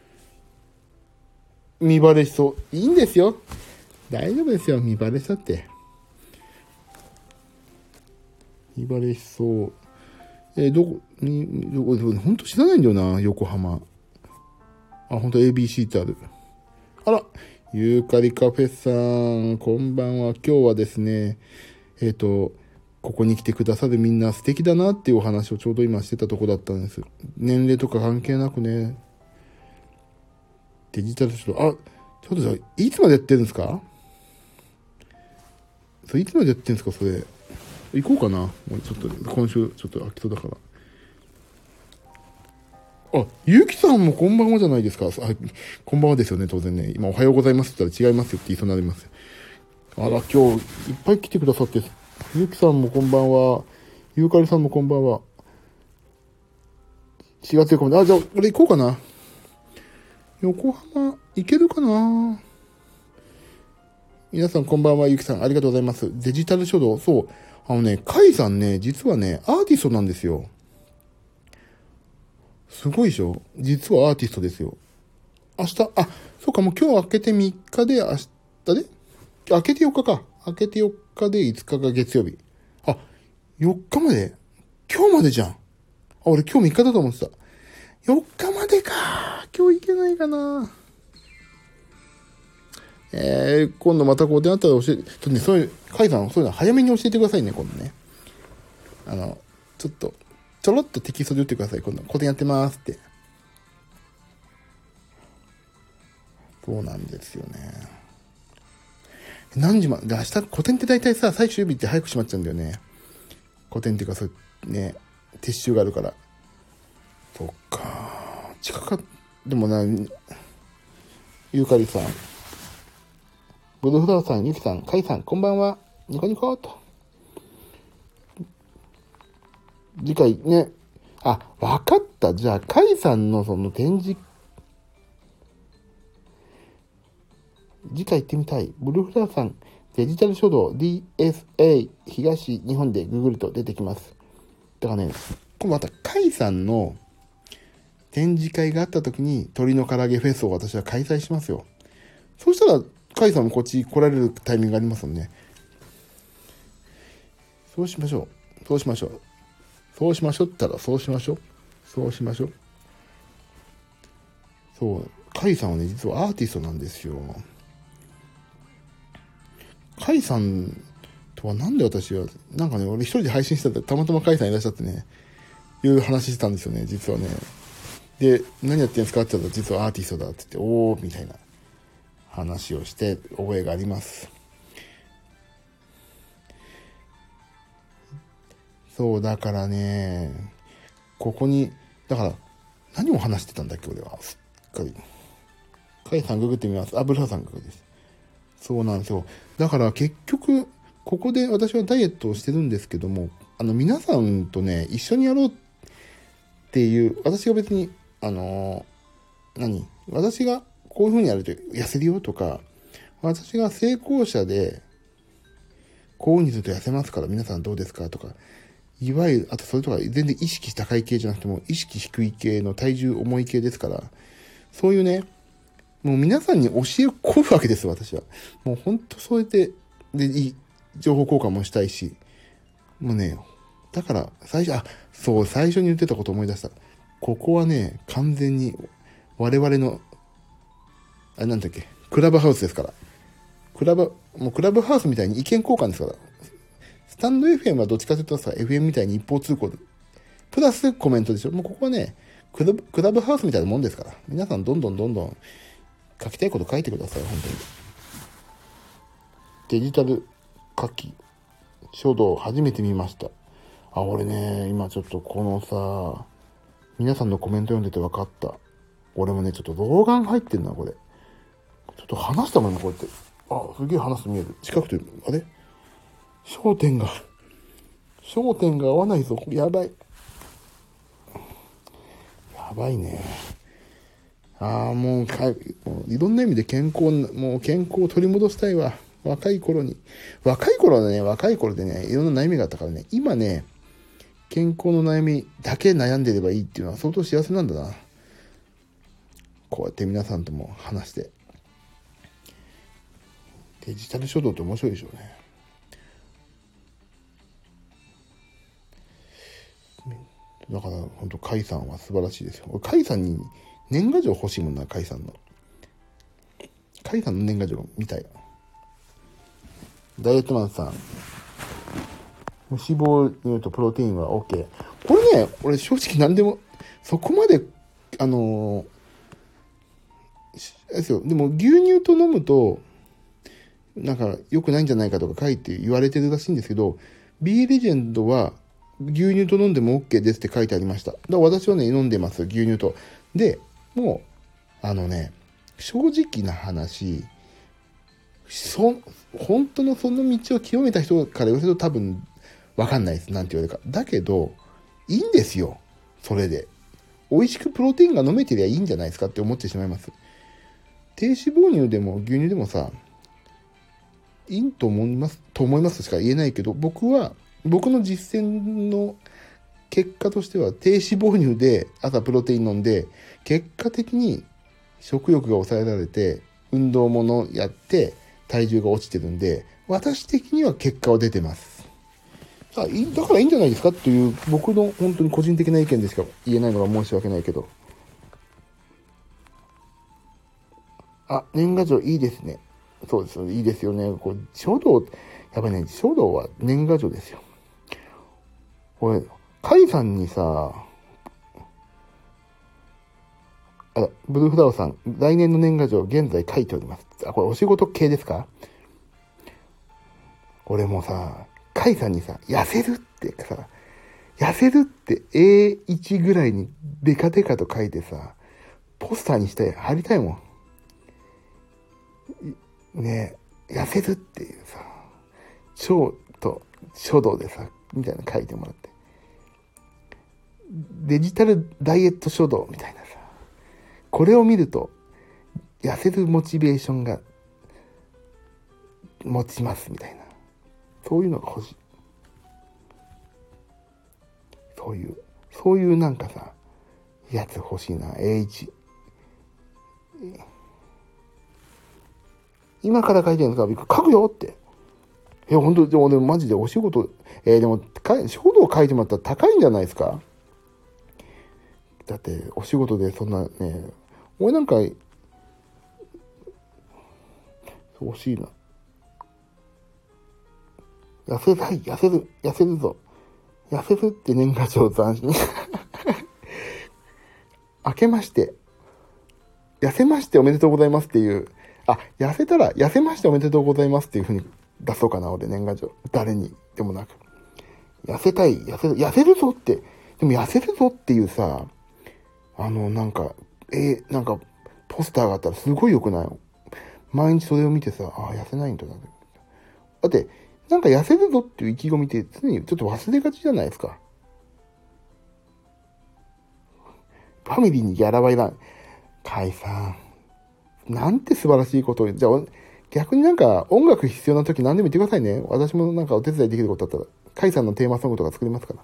見バレしそう。いいんですよ。大丈夫ですよ。見バレしたって。見バレしそう。 ほんと知らないんだよな、横浜。あ、ほんと ABC ってある。あら、ユーカリカフェさん、こんばんは。今日はですね、ここに来てくださるみんな素敵だなっていうお話をちょうど今してたとこだったんです。年齢とか関係なくね、デジタル書道、あ、ちょっとさ、いつまでやってるんですか？それいつまでやってるんですか、それ。行こうかな。もうちょっと、今週ちょっと空きそうだから。あ、ゆきさんもこんばんはじゃないですか。あ、こんばんはですよね、当然ね。今おはようございますって言ったら違いますよって言いそうになります。あら、今日いっぱい来てくださって、ゆきさんもこんばんは。ゆうかりさんもこんばんは。4月4日まで。あ、じゃあ、俺行こうかな。横浜、行けるかな。皆さんこんばんは、ゆきさん、ありがとうございます。デジタル書道、そう。カイさんね、実はね、アーティストなんですよ。すごいでしょ？実はアーティストですよ。明日、あ、そうか、もう今日開けて3日で、明日で開けて4日か。開けて4日で5日が月曜日。あ、4日まで今日までじゃん。あ、俺今日3日だと思ってた。4日までか。今日行けないかな。今度またこうであったら教えて、ちょっとね、そういう、カイさん、そういうの早めに教えてくださいね、今度ね。ちょっと、ちょろっとテキストで打ってください、今度。個展やってますって。そうなんですよね。何時まで、明日、個展って大体さ、最終日って早く閉まっちゃうんだよね。個展っていうか、そうね、撤収があるから。そっか。近かっ、でもな、ゆうかりさん、ブルーフラワーさん、ゆきさん、カイさん、こんばんは。ニコニコと。次回ね、あ、わかった。じゃあ、カイさんのその展示、次回行ってみたい。ブルーフラワーさん、デジタル書道 DSA 東日本でググると出てきます。だからね、今度またカイさんの展示会があった時に鳥の唐揚げフェスを私は開催しますよ。そうしたら、カイさんもこっち来られるタイミングがありますもんね。そうしましょう。そうしましょう。そうしましょうったら、そうしましょう。そうしましょう。そう。カイさんはね、実はアーティストなんですよ。カイさんとはなんで私は、なんかね、俺一人で配信してたらたまたまカイさんいらっしゃってね、いう話してたんですよね、実はね。で、何やってんですかって言ったら、実はアーティストだって言って、おー、みたいな話をして覚えがあります。そう、だからね、ここに、だから、何を話してたんだっけ、俺は。すっかり。カイさんググってみます。あ、ブルハさんググです。そうなんですよ。だから結局、ここで私はダイエットをしてるんですけども、皆さんとね、一緒にやろうっていう、私が別に、私がこういう風にやると痩せるよとか、私が成功者で、こういう風にすると痩せますから皆さんどうですかとか、いわゆる、あとそれとか全然意識高い系じゃなくても、意識低い系の体重重い系ですから、そういうね、もう皆さんに教え込むわけです、私は。もうほんとそうやって、で、いい情報交換もしたいし、もうね、だから、最初に言ってたこと思い出した。ここはね、完全に、我々の、あれなんだっけ、クラブハウスですから。もうクラブハウスみたいに意見交換ですから。スタンド FM はどっちかというとさ、FM みたいに一方通行で、プラスコメントでしょ。もうここはね、クラブハウスみたいなもんですから。皆さんどんどん書きたいこと書いてください、本当に。デジタル書き、書道初めて見ました。あ、俺ね、今ちょっとこのさ、皆さんのコメント読んでて分かった。俺もね、ちょっと老眼入ってんな、これ。ちょっと話したもんね、こうやって。あ、すげえ話す見える。近くて、あれ焦点が合わないぞ。やばい。やばいね。もういろんな意味でもう健康を取り戻したいわ。若い頃でね、いろんな悩みがあったからね、今ね、健康の悩みだけ悩んでればいいっていうのは相当幸せなんだな。こうやって皆さんとも話して。デジタル書道って面白いでしょうね。 だから本当甲斐さんは素晴らしいですよ。甲斐さんに年賀状欲しいもんな。甲斐さんの年賀状みたい。ダイエットマンさん、脂肪乳とプロテインは OK。これね、俺正直何でもそこまでですよ。でも牛乳と飲むとなんか良くないんじゃないかとか書いて言われてるらしいんですけど、 B レジェンドは牛乳と飲んでも OK ですって書いてありました。だから私はね飲んでます、牛乳と。でもう正直な話、本当のその道を極めた人から言わせると多分分かんないです、なんて言われるか。だけどいいんですよ。それで美味しくプロテインが飲めてりゃいいんじゃないですかって思ってしまいます。低脂肪乳でも牛乳でもさ、いいと思いますとしか言えないけど、僕の実践の結果としては低脂肪乳で朝プロテイン飲んで、結果的に食欲が抑えられて運動ものやって体重が落ちてるんで、私的には結果は出てます。だからいいんじゃないですかっていう僕の本当に個人的な意見でしか言えないのが申し訳ないけど。年賀状いいですね。そうですよね。いいですよね。これ書道、やっぱりね、書道は年賀状ですよ。これ甲斐さんにさ、ブルーフラワーさん、来年の年賀状現在書いております。これお仕事系ですか？俺もさ、甲斐さんにさ、痩せるって A1 ぐらいにデカデカと書いてさ、ポスターにして貼りたいもん。ねえ、痩せるっていうさ、超と書道でさ、みたいなの書いてもらって。デジタルダイエット書道みたいなさ、これを見ると痩せるモチベーションが持ちますみたいな、そういうのが欲しい。そういうなんかさ、やつ欲しいな。 A1 今から書いてるんですか？書くよって。本当でもマジでお仕事、でも書道書いてもらったら高いんじゃないですか？だってお仕事でそんなね、俺なんか欲しいな。痩せるぞ。痩せるって年賀状斬新。明けまして、痩せましておめでとうございますっていう、痩せたら痩せましておめでとうございますっていう風に出そうかな、俺年賀状。誰にでもなく。痩せるぞって、でも痩せるぞっていうさ、なんかポスターがあったらすごい良くない？毎日それを見てさ、痩せないんだな。だって、なんか痩せるぞっていう意気込みって常にちょっと忘れがちじゃないですか。ファミリーにギャラはいらん。甲斐さん、なんて素晴らしいことを。じゃあ、逆になんか音楽必要な時何でも言ってくださいね。私もなんかお手伝いできることだったら、甲斐さんのテーマソングとか作りますから。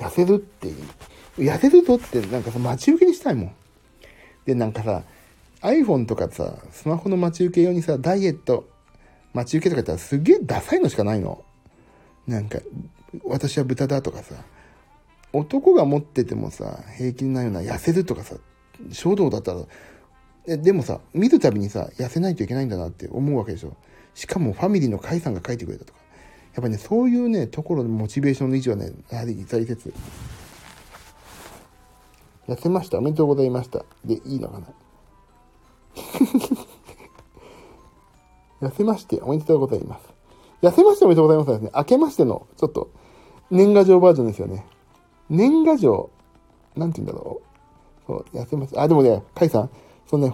痩せるぞってなんかさ、待ち受けにしたいもん。で、なんかさ、iPhone とかさ、スマホの待ち受け用にさ、ダイエット、待ち受けとか言ったらすげえダサいのしかないの。なんか、私は豚だとかさ、男が持っててもさ、平気になるような痩せるとかさ、衝動だったら、でもさ、見るたびにさ、痩せないといけないんだなって思うわけでしょ。しかもファミリーの甲斐さんが書いてくれたとか。やっぱりね、そういうね、ところのモチベーションの維持はね、やはり大切。痩せました。おめでとうございました。で、いいのかな。痩せましておめでとうございます。痩せましておめでとうございますですね。明けましての、ちょっと、年賀状バージョンですよね。年賀状、なんて言うんだろう。そう、痩せました。でもね、甲斐さん、そのね、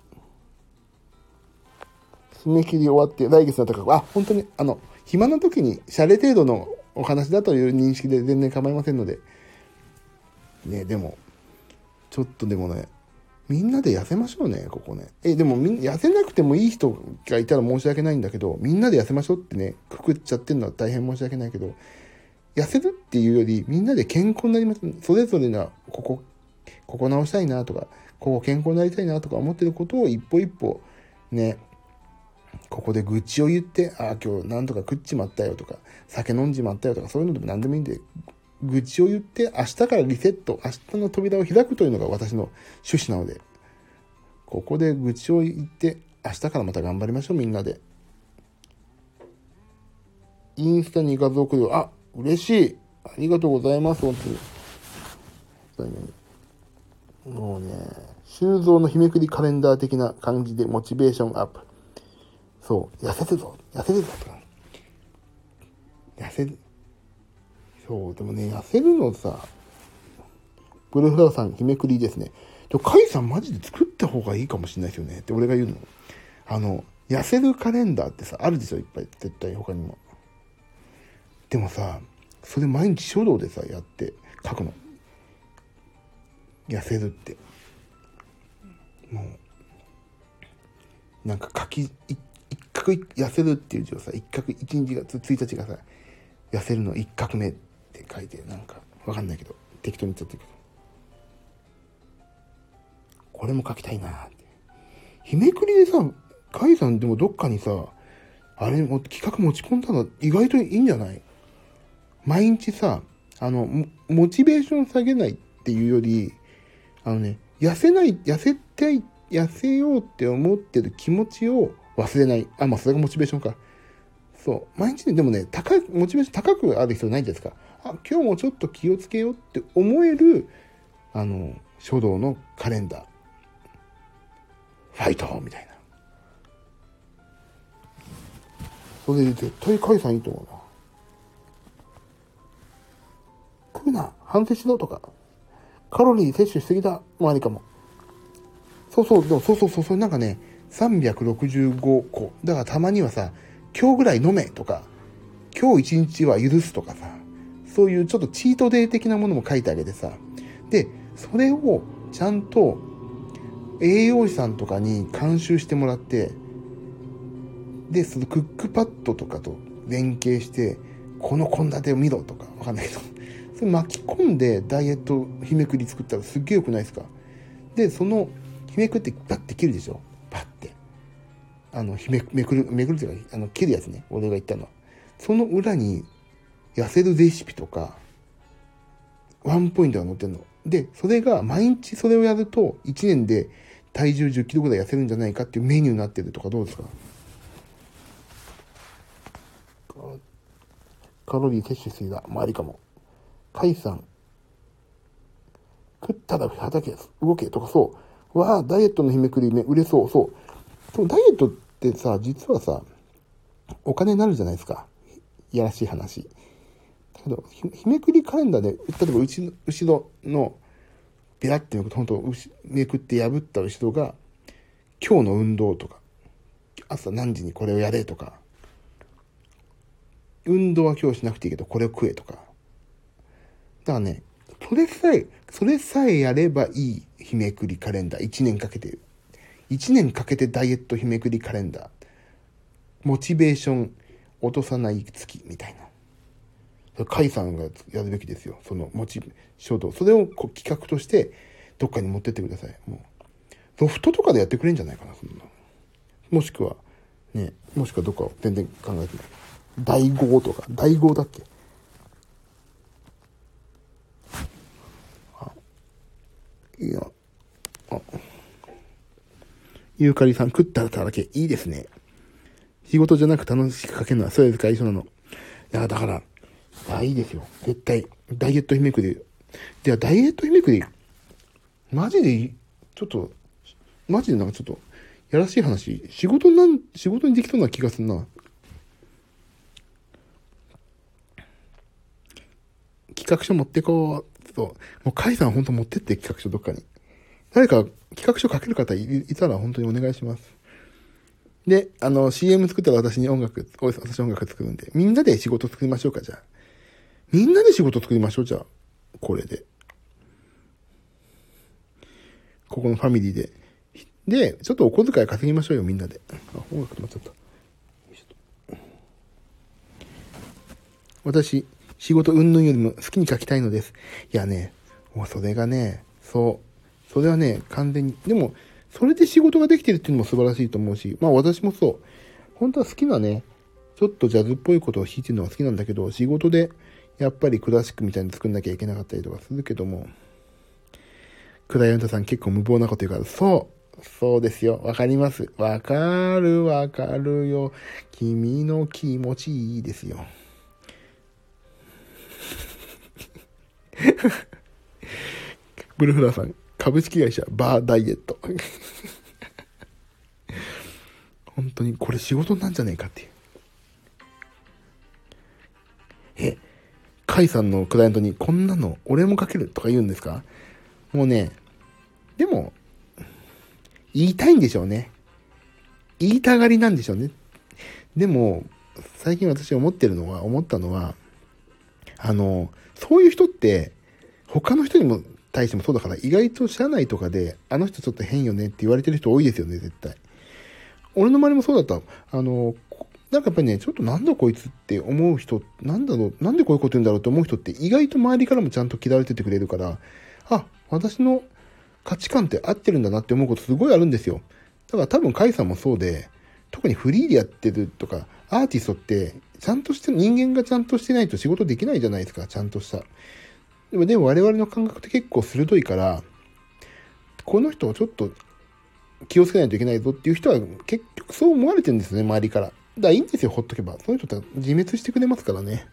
締め切り終わって、来月のとか、本当に、暇な時に、シャレ程度のお話だという認識で全然構いませんので。ね、でも、ちょっとでもね、みんなで痩せましょうね、ここね。でも痩せなくてもいい人がいたら申し訳ないんだけど、みんなで痩せましょうってね、くくっちゃってるのは大変申し訳ないけど、痩せるっていうより、みんなで健康になります。それぞれが、ここ直したいなとか、ここ健康になりたいなとか思ってることを一歩一歩、ね、ここで愚痴を言って、今日なんとか食っちまったよとか、酒飲んじまったよとか、そういうのでも何でもいいんで、 愚痴を言って明日からリセット、明日の扉を開くというのが私の趣旨なので、ここで愚痴を言って明日からまた頑張りましょう、みんなで。インスタに画像送る。あ、嬉しい。ありがとうございます、本当に。もうね、修造の日めくりカレンダー的な感じでモチベーションアップ。そう、痩せるぞとか。そう、でもね、痩せるのさ、ブルーフラワーさん、日めくりですね。カイさんマジで作った方がいいかもしれないですよねって俺が言うの。痩せるカレンダーってさ、あるでしょ、いっぱい。絶対他にも。でもさ、それ毎日書道でさ、やって書くの。痩せるって。もう、なんか一画痩せるっていう字をさ、一画1月1日がさ、痩せるの一画目って書いて、なんか、わかんないけど、適当に言っちゃってるけど。これも書きたいなって。日めくりでさ、カイさんでもどっかにさ、あれも企画持ち込んだら意外といいんじゃない？毎日さ、モチベーション下げないっていうより、痩せようって思ってる気持ちを忘れない。まあ、それがモチベーションか。そう。毎日ね、でもね、モチベーション高くある必要ないんですか？今日もちょっと気をつけようって思える、書道のカレンダー。ファイトみたいな。それで絶対カイさんいいと思うな。食うな、反省しろとか、カロリー摂取しすぎだ、もありかも。そう、なんかね、365個。だからたまにはさ、今日ぐらい飲めとか、今日一日は許すとかさ、そういうちょっとチートデー的なものも書いてあげてさ、で、それをちゃんと栄養士さんとかに監修してもらって、で、そのクックパッドとかと連携して、この献立を見ろとか、わかんないけど、それ巻き込んでダイエット日めくり作ったらすっげえ良くないですか？で、その日めくってバッて切るでしょ？バッて。めくるっていうか、切るやつね。俺が言ったのは。その裏に、痩せるレシピとか、ワンポイントが載ってんの。で、それが、毎日それをやると、1年で体重10キロぐらい痩せるんじゃないかっていうメニューになってるとかどうですか？カロリー摂取しすぎだ。ありかも。カイさん。食ったら畑動けとかそう。ダイエットの日めくりね、売れそう。そう。ダイエットってさ、実はさ、お金になるじゃないですか。いやらしい話。だけど、日めくりカレンダーで、例えば後ろの、ビラってめくと、本当めくって破った後ろが、今日の運動とか、朝何時にこれをやれとか、運動は今日しなくていいけど、これを食えとか。だからね、それさえやればいい日めくりカレンダー。1年かけてダイエット日めくりカレンダー。モチベーション落とさない月みたいな。カイさんがやるべきですよ。その衝動。それを企画としてどっかに持ってってください。もうロフトとかでやってくれんじゃないかな、そんな。もしくはどっかを全然考えてない。大豪だっけ？いや、ユーカリさん、食ったらただけいいですね。仕事じゃなく楽しく書けるのはそうですか？一緒なの。いや、だから、いいですよ。絶対。ダイエット日めくり。では、ダイエット日めくり、マジでなんかちょっと、やらしい話、仕事にできそうな気がするな。企画書持ってこう。そう。もう、カイさんほんと持ってって企画書どっかに。誰か企画書書ける方いたら本当にお願いします。で、CM 作ったら私音楽作るんで、みんなで仕事作りましょうか、じゃあ。みんなで仕事作りましょう、じゃあ。これで。ここのファミリーで。で、ちょっとお小遣い稼ぎましょうよ、みんなで。音楽止まっちゃった。私、仕事云々よりも好きに書きたいのです。いやね、もうそれがね、それはね、完全に。でも、それで仕事ができてるっていうのも素晴らしいと思うし、まあ私もそう。本当は好きなね、ちょっとジャズっぽいことを弾いてるのは好きなんだけど、仕事でやっぱりクラシックみたいに作んなきゃいけなかったりとかするけども、クライアントさん結構無謀なこと言うから、そうですよ。わかります。わかるよ。君の気持ちいいですよ。ブルフラーさん、株式会社バーダイエット。本当にこれ仕事なんじゃねえかっていう。カイさんのクライアントにこんなの俺も書けるとか言うんですか？もうね、でも、言いたいんでしょうね。言いたがりなんでしょうね。でも、最近私思ったのは、そういう人って、他の人にも対してもそうだから、意外と社内とかで、あの人ちょっと変よねって言われてる人多いですよね、絶対。俺の周りもそうだった。なんかやっぱりね、ちょっとなんだこいつって思う人、なんでこういうこと言うんだろうって思う人って意外と周りからもちゃんと嫌われててくれるから、あ、私の価値観って合ってるんだなって思うことすごいあるんですよ。だから多分カイさんもそうで、特にフリーでやってるとか、アーティストって、ちゃんとして、人間がちゃんとしてないと仕事できないじゃないですか、ちゃんとした。でも我々の感覚って結構鋭いから、この人をちょっと気をつけないといけないぞっていう人は結局そう思われてるんですね、周りから。だからいいんですよ、ほっとけば。その人って自滅してくれますからね。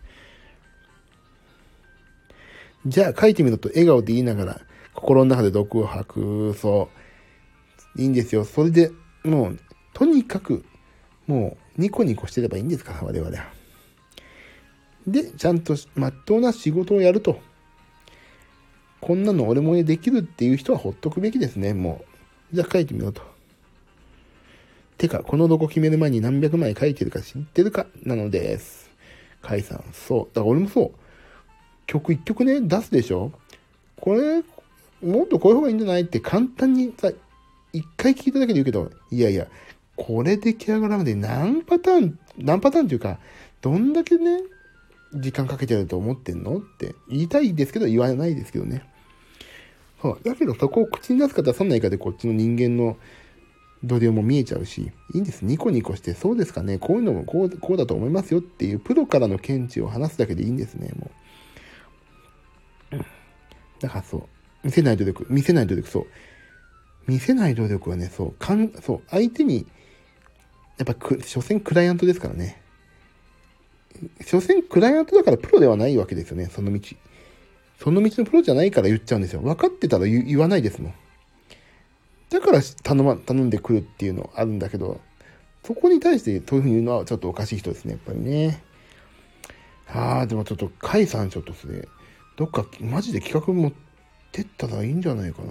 じゃあ書いてみろと笑顔で言いながら、心の中で毒を吐く。そう。いいんですよ。それで、もう、とにかく、もう、ニコニコしてればいいんですから、我々は。で、ちゃんと、まっとうな仕事をやると。こんなの俺もできるっていう人はほっとくべきですね、もう。じゃあ書いてみようと。てか、このロゴ決める前に何百枚書いてるか知ってるかなのです。カイさん、そう。だから俺もそう。曲一曲ね、出すでしょ？これ、もっとこういう方がいいんじゃないって簡単にさ、一回聞いただけで言うけど、いやいや、これ出来上がるまで何パターンっていうか、どんだけね、時間かけてると思ってんのって言いたいですけど、言わないですけどね。そう。だけどそこを口に出すか出さないかでこっちの人間の度量も見えちゃうし、いいんです。ニコニコして、そうですかね、こういうのもこうだと思いますよっていうプロからの見地を話すだけでいいんですね、もう。だからそう。見せない努力、そう。見せない努力はね、そう、相手に、やっぱ所詮クライアントですからね。所詮クライアントだからプロではないわけですよね、その道。その道のプロじゃないから言っちゃうんですよ。分かってたら言わないですもん。だから頼んでくるっていうのあるんだけど、そこに対してそういうふうに言うのはちょっとおかしい人ですね、やっぱりね。でもちょっと、カイさんちょっとそれ、どっかマジで企画持ってったらいいんじゃないかな。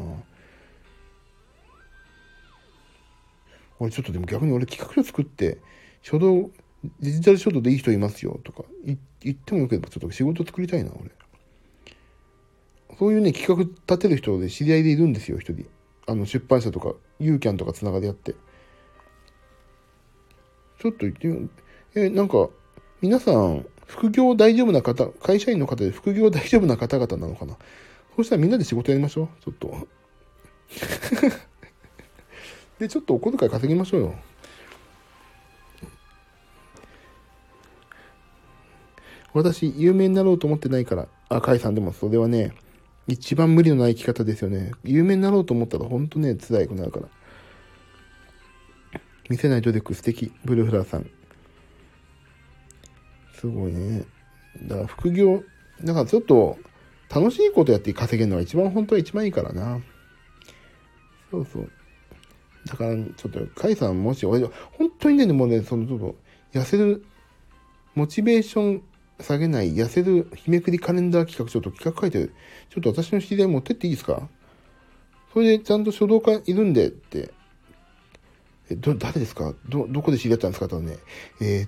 俺ちょっとでも逆に俺企画書作って、デジタル書道でいい人いますよとか言ってもよければちょっと仕事作りたいな、俺。そういうね、企画立てる人で知り合いでいるんですよ、一人。出版社とか、ユーキャンとかつながりあって。ちょっと言ってみなんか、皆さん、副業大丈夫な方、会社員の方で副業大丈夫な方々なのかな。そうしたらみんなで仕事やりましょう、ちょっと。で、ちょっとお小遣い稼ぎましょうよ。私、有名になろうと思ってないから。カイさんでもそれはね、一番無理のない生き方ですよね。有名になろうと思ったらほんとね、辛いくなるから。見せない努力素敵。ブルーフラーさん。すごいね。だから副業、だからちょっと楽しいことやって稼げるのが本当は一番いいからな。そうそう。だからちょっと、カイさんもし、本当にね、もうね、ちょっと、痩せる、モチベーション下げない、痩せる日めくりカレンダー企画、ちょっと企画書いて、ちょっと私の知り合い持ってっていいですか？それでちゃんと書道家いるんでって、誰ですか？どこで知り合ったんですか？とね、って言って、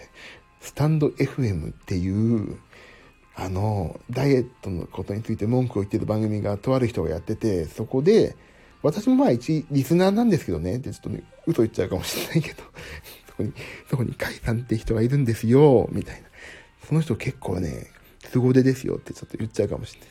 スタンド FM っていう、ダイエットのことについて文句を言ってる番組がとある人がやってて、そこで、私も一リスナーなんですけどね、ってちょっとね、嘘言っちゃうかもしれないけど、そこにカイさんって人がいるんですよ、みたいな。その人結構ね、凄腕ですよってちょっと言っちゃうかもし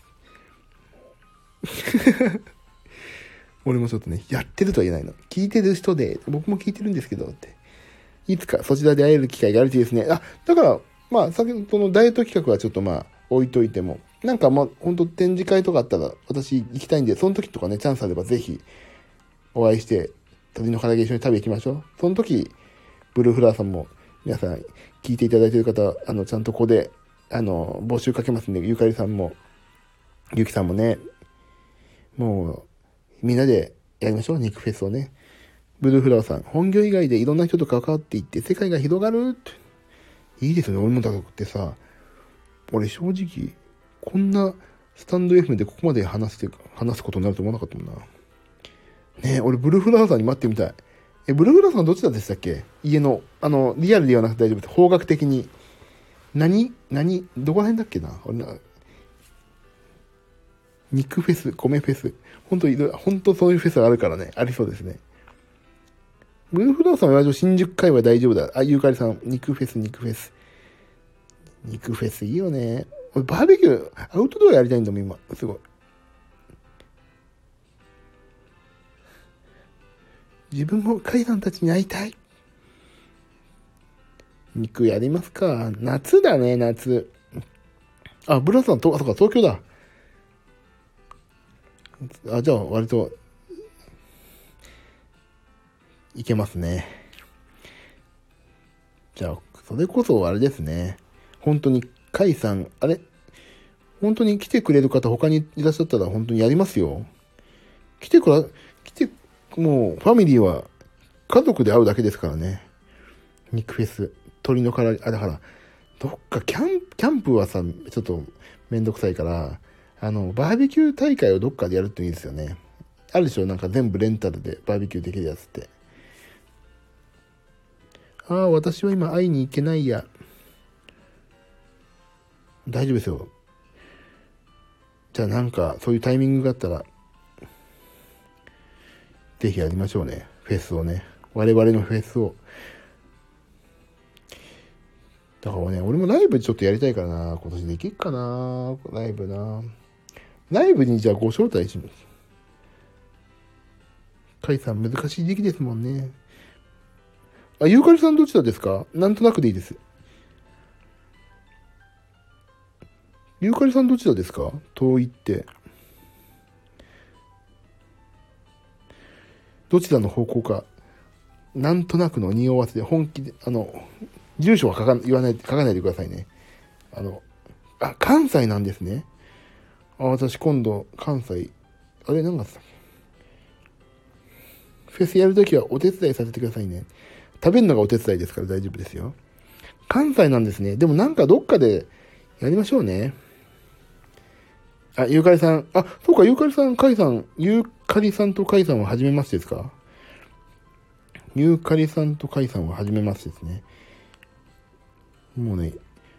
れない。俺もちょっとね、やってるとは言えないの。聞いてる人で、僕も聞いてるんですけど、って。いつかそちらで会える機会があるといいですね。だから、先ほどのダイエット企画はちょっと置いといても。なんか本当展示会とかあったら私行きたいんで、その時とかね、チャンスあればぜひお会いして、鶏の唐揚げ一緒に食べ行きましょう。その時、ブルーフラワーさんも皆さん聞いていただいている方、ちゃんとここで、募集かけますんで、ゆかりさんも、ゆきさんもね、もう、みんなでやりましょう、肉フェスをね。ブルーフラワーさん、本業以外でいろんな人と関わっていって、世界が広がるって。いいですよね、俺もだってさ、俺正直、こんなスタンド FM でここまで話すことになると思わなかったもんな。ねえ、俺ブルーフラワーさんに待ってみたい。ブルーフラワーさんどちらでしたっけ？家の、リアルではなくて大丈夫です。方角的に。どこら辺だっけな？肉フェス、米フェス。本当そういうフェスがあるからね。ありそうですね。ブルーフラワーさんは新宿界隈大丈夫だ。ゆかりさん、肉フェス。肉フェスいいよね。俺バーベキュー、アウトドアやりたいんだもん、今。すごい。自分もカイさんたちに会いたい。肉やりますか。夏だね、夏。あ、ブラさん、そうか、東京だ。じゃあ、割と、いけますね。じゃあ、それこそあれですね。本当に、カイさん、本当に来てくれる方他にいらっしゃったら本当にやりますよ。もう、ファミリーは家族で会うだけですからね。肉フェス。鳥のからだから、どっかキャンプはさ、ちょっとめんどくさいから、バーベキュー大会をどっかでやるといいですよね。あるでしょ、なんか全部レンタルでバーベキューできるやつって。ああ、私は今会いに行けないや。大丈夫ですよ。じゃあなんか、そういうタイミングがあったら、ぜひやりましょうね。フェスをね。我々のフェスを。だからね、俺もライブちょっとやりたいからな。今年できるかな。ライブな。ライブにじゃあご招待します。カイさん難しい時期ですもんね。ゆうかりさんどちらですか？なんとなくでいいです。ゆうかりさんどちらですか？遠いって。どちらの方向か。なんとなくの匂わせで、本気で、住所は書かないでくださいね。関西なんですね。私今度、関西、何月だっけ？フェスやるときはお手伝いさせてくださいね。食べるのがお手伝いですから大丈夫ですよ。関西なんですね。でもなんかどっかでやりましょうね。ゆうかりさん。そうか、ゆうかりさん、かいさん。ゆうかりさんとかいさんは初めましてですか？ゆうかりさんとかいさんは初めましてですね。もうね、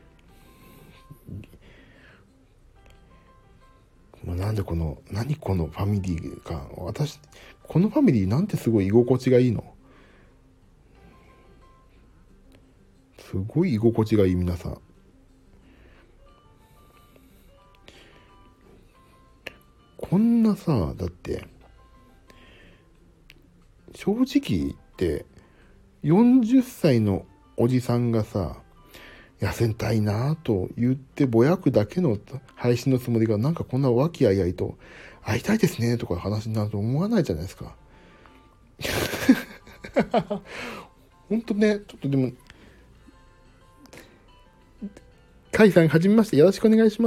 なんで何このファミリーが、このファミリーなんてすごい居心地がいいの。すごい居心地がいい皆さん。こんなさ、だって、正直言って、40歳のおじさんがさ、痩せたいなと言ってぼやくだけの配信のつもりが、なんかこんな和気あいあいと、会いたいですねとか話になると思わないじゃないですか。ほんとね、ちょっとでも、カイさんはじめまして、よろしくお願いします。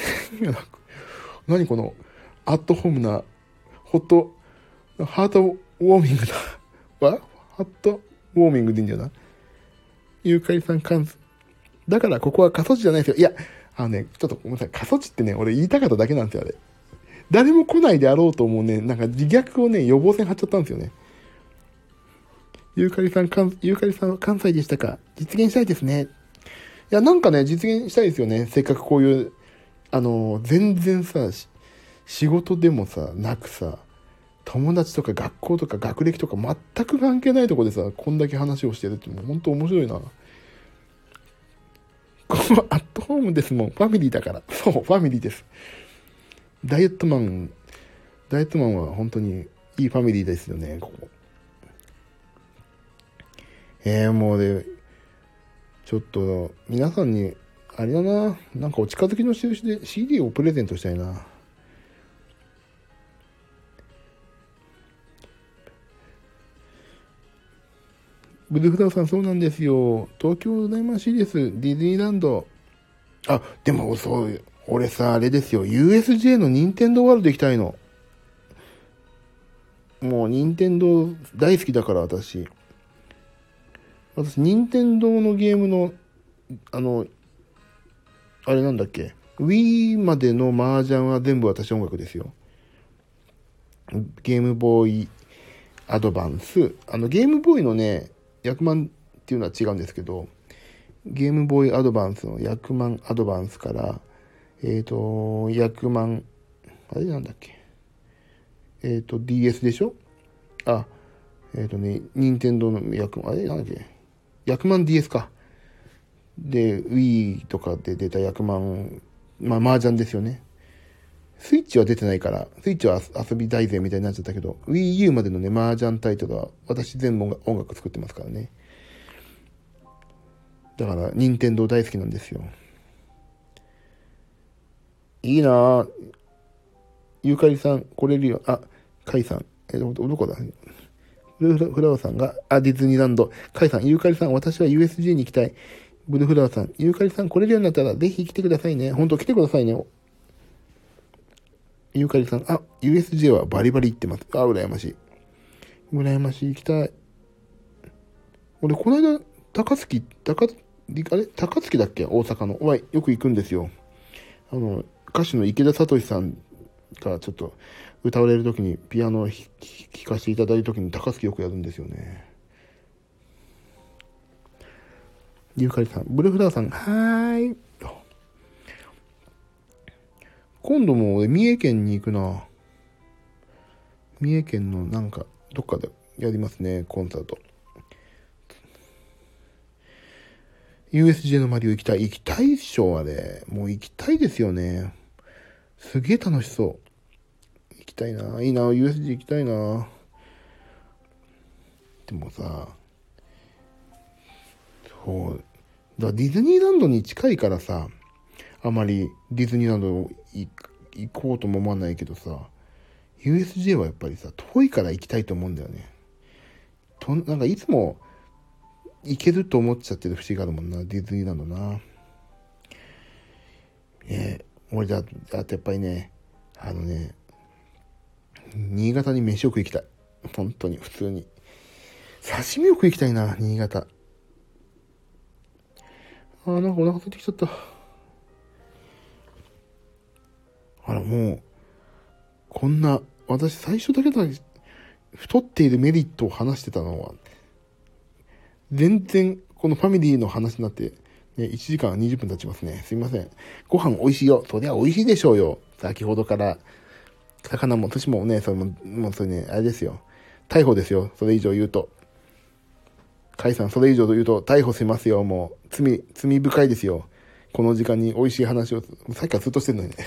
何この、アットホームな、ハートウォーミングだ。ハートウォーミングでいいんだよな。ゆうかりさん関数。だからここは過疎地じゃないですよ。いや、ちょっとごめんなさい。過疎地ってね、俺言いたかっただけなんですよ、あれ。誰も来ないであろうと思うね、なんか自虐をね、予防線張っちゃったんですよね。ゆうかりさんは関西でしたか？実現したいですね。いや、なんかね、実現したいですよね。せっかくこういう、全然さ、仕事でもさ、なくさ、友達とか学校とか学歴とか全く関係ないとこでさ、こんだけ話をしてるってもう本当面白いな。ここアットホームですもん。ファミリーだから。そう、ファミリーです。ダイエットマンは本当にいいファミリーですよね、ここ。もうね、ちょっと、皆さんに、 あれだな。なんかお近づきの印で CD をプレゼントしたいな。ブルフラワーさん、そうなんですよ。東京羨ましいです。ディズニーランド。あ、でもそう、俺さ、あれですよ。USJ の任天堂ワールド行きたいの。もう任天堂大好きだから、私。任天堂のゲームの、あの、あれなんだっけ。Wii までの麻雀は全部私音楽ですよ。ゲームボーイアドバンス。ゲームボーイのね、役満っていうのは違うんですけど、ゲームボーイアドバンスの役満アドバンスから、役満、あれなんだっけ。DS でしょ。あ、任天堂の役満、あれなんだっけ。役満 DS か。で、Wii とかで出た役満、麻雀ですよね。スイッチは出てないから、スイッチは遊び大全みたいになっちゃったけど、Wii U までのね、麻雀タイトルは、私全部音楽作ってますからね。だから、任天堂大好きなんですよ。いいなぁ。ゆかりさん、来れるよ。あ、かいさん。どこだブルーフラワーさんが、ディズニーランド。かいさん、ゆかりさん、私は USG に行きたい。ブルーフラワーさん、ゆかりさん来れるようになったら、ぜひ来てくださいね。本当来てくださいね。ゆかりさん、USJ はバリバリ行ってます。羨ましい。羨ましい、行きたい。俺、この間、高槻だっけ大阪の。よく行くんですよ。歌手の池田聡さんがちょっと歌われるときにピアノを弾かせていただいたときに高槻よくやるんですよね。ゆかりさん、ブルーフラワーさん、はーい。今度も俺、三重県に行くな。三重県のなんか、どっかでやりますね、コンサート。USJ のマリオ行きたいっしょ、あれ。もう行きたいですよね。すげえ楽しそう。行きたいな。いいな、USJ 行きたいな。でもさ、そう。だからディズニーランドに近いからさ、あまりディズニーランド行こうとも思わないけどさ、USJ はやっぱりさ、遠いから行きたいと思うんだよね。なんかいつも行けると思っちゃってる節があるもんな、ディズニーランドな。俺だってやっぱりね、新潟に飯よく行きたい。本当に、普通に。刺身よく行きたいな、新潟。なんかお腹空いてきちゃった。もう、こんな、私最初だけだ、太っているメリットを話してたのは、全然、このファミリーの話になって、ね、1時間20分経ちますね。すいません。ご飯美味しいよ。そりゃ美味しいでしょうよ。先ほどから、魚も、寿司もね、もうそれね、あれですよ。逮捕ですよ。それ以上言うと。甲斐さん、それ以上言うと逮捕しますよ。もう、罪深いですよ。この時間に美味しい話を、さっきからずっとしてるのにね。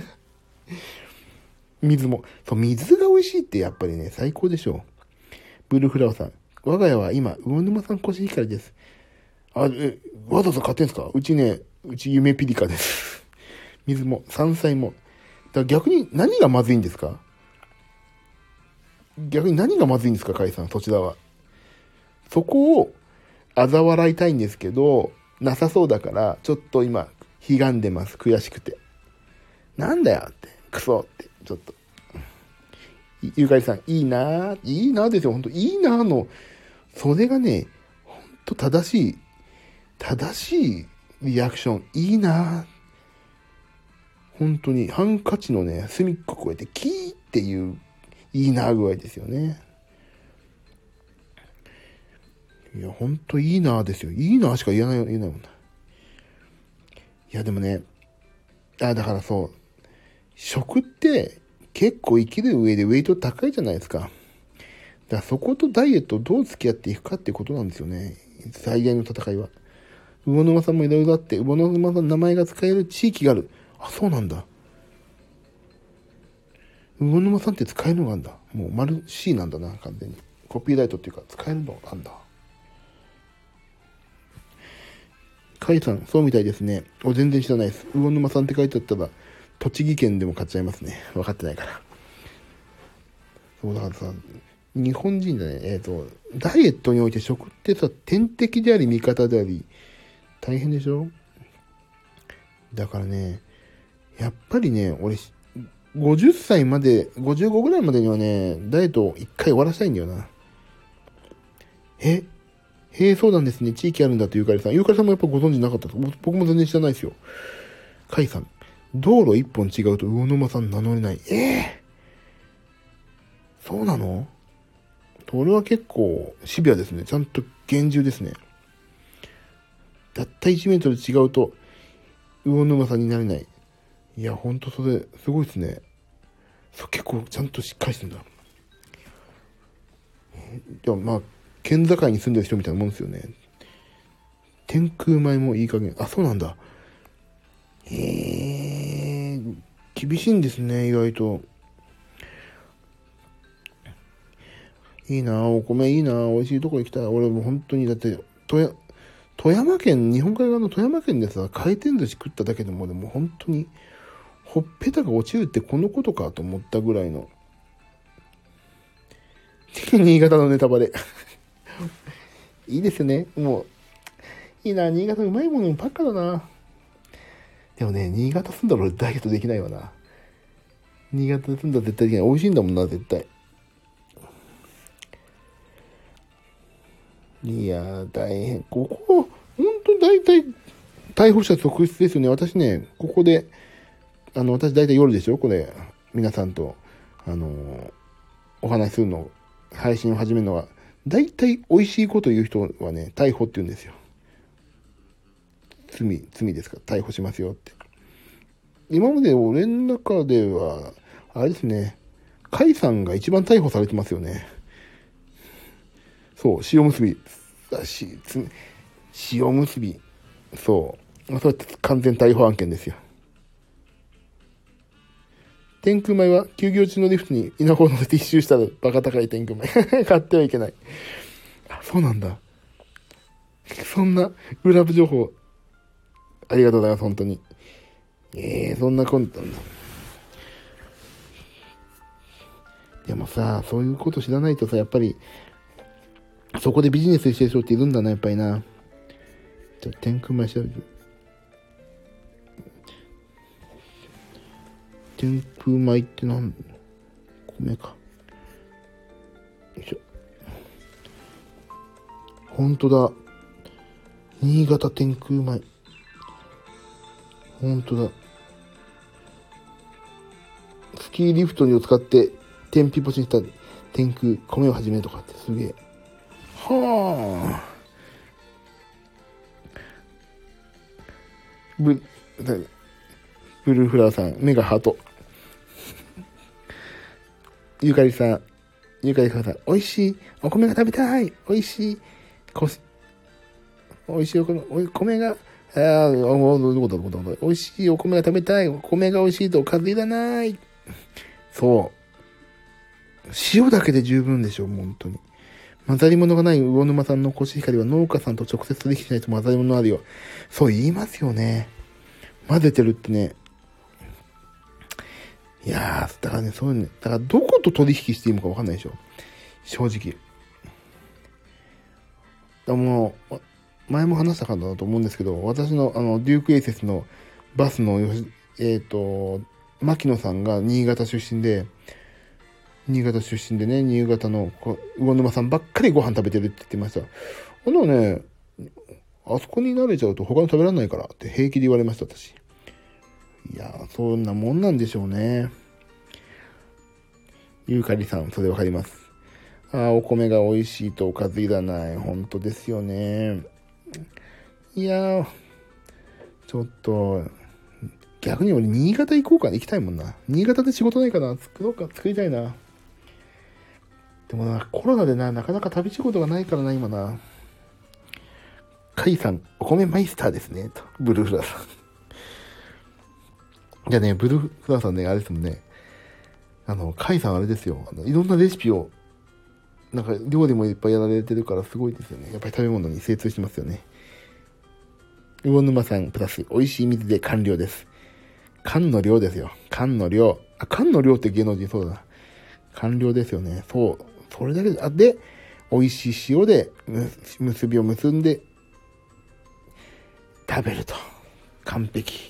水も。そう、水が美味しいってやっぱりね、最高でしょう。ブルーフラワーさん。我が家は今、魚沼産コシヒカリです。わざわざ買ってんすか？うち夢ピリカです。水も、山菜も。だから逆に何がまずいんですか？逆に何がまずいんですか、甲斐さん、そちらは。そこを、嘲笑いたいんですけど、なさそうだから、ちょっと今、悲願でます。悔しくて。なんだよって、クソって、ちょっと。ゆかりさん、いいなぁですよ、ほんと、いいなぁの、それがね、ほんと正しいリアクション、いいなぁ。本当に、ハンカチのね、隅っここうやって、キーっていう、いいなぁ具合ですよね。いや、ほんといいなぁですよ。いいなぁしか言えないもんな。いや、でもね、だからそう、食って結構生きる上でウェイト高いじゃないですか。だからそことダイエットをどう付き合っていくかっていうことなんですよね。最大の戦いは。魚沼さんもいろいろあって、魚沼さんの名前が使える地域がある。あ、そうなんだ。魚沼さんって使えるのがあるんだ。もう丸 C なんだな、完全に。コピーライトっていうか、使えるのなんだ。 カイさん、そうみたいですね。全然知らないです。魚沼さんって書いてあったら、栃木県でも買っちゃいますね。分かってないから。そうだからさ、日本人だね。ダイエットにおいて食ってさ、天敵であり味方であり、大変でしょ？だからね、やっぱりね、俺、50歳まで、55ぐらいまでにはね、ダイエットを一回終わらせたいんだよな。へえ、そうなんですね。地域あるんだってゆかりさん。ゆかりさんもやっぱご存知なかったと。僕も全然知らないですよ。カイさん。道路一本違うと魚沼さん名乗れない。そうなの？それは結構シビアですね。ちゃんと厳重ですね。たった1メートル違うと魚沼さんになれない。いや、ほんとそれ、すごいですね。結構ちゃんとしっかりしてんだ。でもまあ、県境に住んでる人みたいなもんですよね。天空米もいい加減。あ、そうなんだ。厳しいんですね、意外と。いいなお米いいな美味しいとこ行きたい。俺もう本当に、だって、富山県、日本海側の富山県でさ、回転寿司食っただけでも、本当に、ほっぺたが落ちるってこのことかと思ったぐらいの。新潟のネタバレ。いいですね。もう、いいな新潟うまいものばっかだな。でもね、新潟住んだら俺ダイエットできないわな。新潟で住んだら絶対できない。美味しいんだもんな、絶対。いやー、大変。ここ、ほんと大体、逮捕者続出ですよね。私ね、ここで、私大体夜でしょこれ、皆さんと、お話しするの、配信を始めるのは、大体美味しいこと言う人はね、逮捕って言うんですよ。罪ですから、逮捕しますよって。今まで俺の中では、あれですね、甲斐さんが一番逮捕されてますよね。そう、塩結び。塩結び。そう。それ完全逮捕案件ですよ。天空米は休業中のリフトに稲穂を乗せて一周したらバカ高い天空米。買ってはいけない。あ、そうなんだ。そんな裏部情報、ありがとうございます、本当に。そんなコント。でもさ、そういうこと知らないとさ、やっぱり、そこでビジネスしてる人っているんだな、やっぱりな。じゃあ、天空米調べて。天空米って米か。よいしょ。ほんとだ。新潟天空米。ほんとだ。スキーリフトを使って天日干しにした天空米を始めるとかってすげえ。はあ。ブルーフラワーさん、目がハート。ゆかりさん、美味しいお米が食べたい。美味しい米が、美味しいお米が食べたい。お米が美味しいとおかずいらない。そう。塩だけで十分でしょ、本当に。混ざり物がない魚沼さんのコシヒカリは農家さんと直接取引しないと混ざり物あるよ。そう言いますよね。混ぜてるってね。いやー、だからね、そういうね。だからどこと取引していいのか分かんないでしょ。正直。もう、前も話したかなと思うんですけど、私のデュークエイセスのバスの、牧野さんが新潟出身でね、新潟の魚沼さんばっかりご飯食べてるって言ってました。ね、あそこに慣れちゃうと他の食べられないからって平気で言われました、私。いやー、そんなもんなんでしょうね。ゆうかりさん、それわかります。お米が美味しいとおかずいらない。本当ですよね。いやー、ちょっと、逆に俺、新潟行こうかな。行きたいもんな。新潟で仕事ないかな。作りたいな。でもな、コロナでなかなか旅仕事がないからな、今な。カイさん、お米マイスターですね。と、ブルーフラワーさん。じゃあね、ブルーフラワーさんね、あれですもんね。カイさんあれですよ。いろんなレシピを、なんか料理もいっぱいやられてるからすごいですよね。やっぱり食べ物に精通してますよね。 魚沼さんプラス美味しい水で完了です。缶の量ですよ。缶の量。缶の量って芸能人そうだな。完了ですよね。そう。それだけで、で、美味しい塩で結びを結んで食べると。完璧。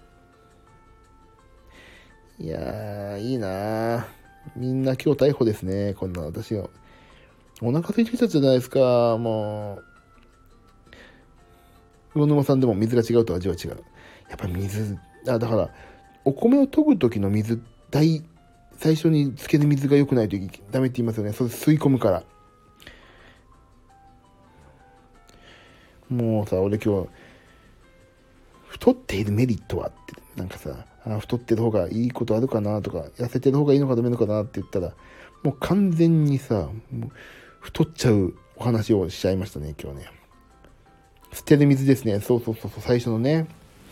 いやー、いいなー。みんな今日逮捕ですね。こんな私が。お腹空いてきたじゃないですか。もう。魚沼さんでも水が違うと味は違う。やっぱり水、だから、お米を研ぐ時の水、最初につける水が良くないとダメって言いますよね。それ吸い込むから。もうさ、俺今日、太っているメリットはって、なんかさ、太ってる方がいいことあるかなとか、痩せてる方がいいのかダメのかなって言ったら、もう完全にさ、もう太っちゃうお話をしちゃいましたね、今日ね。捨てる水ですね。そう、最初のね。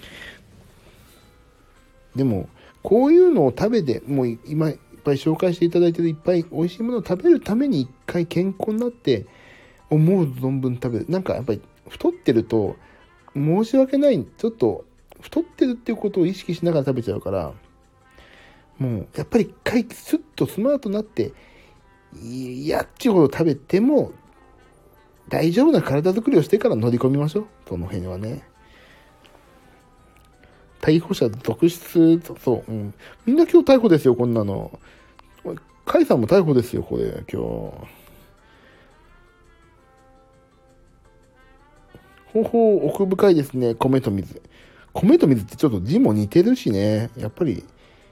でも、こういうのを食べて、もう今いっぱい紹介していただいてるいっぱい美味しいものを食べるために一回健康になって、思う存分食べる。なんかやっぱり太ってると、申し訳ない、ちょっと太ってるっていうことを意識しながら食べちゃうから、もうやっぱり一回スッとスマートになって、やっちゅうほど食べても、大丈夫な体作りをしてから乗り込みましょう。その辺はね。逮捕者続出、そう、みんな今日逮捕ですよ、こんなの。甲斐さんも逮捕ですよ、これ、今日。奥深いですね、米と水。米と水ってちょっと字も似てるしね、やっぱり。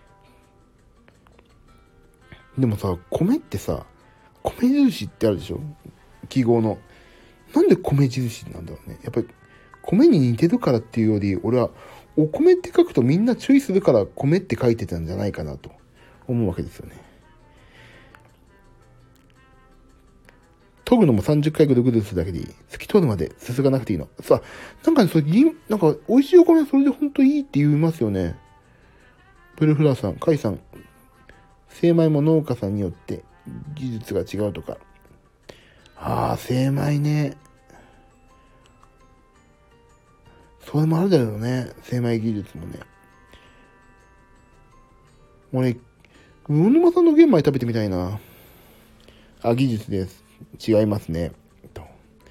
でもさ、米ってさ、米印ってあるでしょ、記号の。なんで米印なんだろうね。やっぱり、米に似てるからっていうより、俺は、お米って書くとみんな注意するから米って書いてたんじゃないかなと思うわけですよね。研ぐのも30回ぐるぐるするだけでいい。透き通るまですすがなくていいの。さ、なんかね、なんか美味しいお米はそれで本当いいって言いますよね。ブルフラーさん、カイさん、精米も農家さんによって技術が違うとか。精米ね。それもあるだろうね。精米技術もね。俺、魚沼さんの玄米食べてみたいな。技術です。違いますね。と。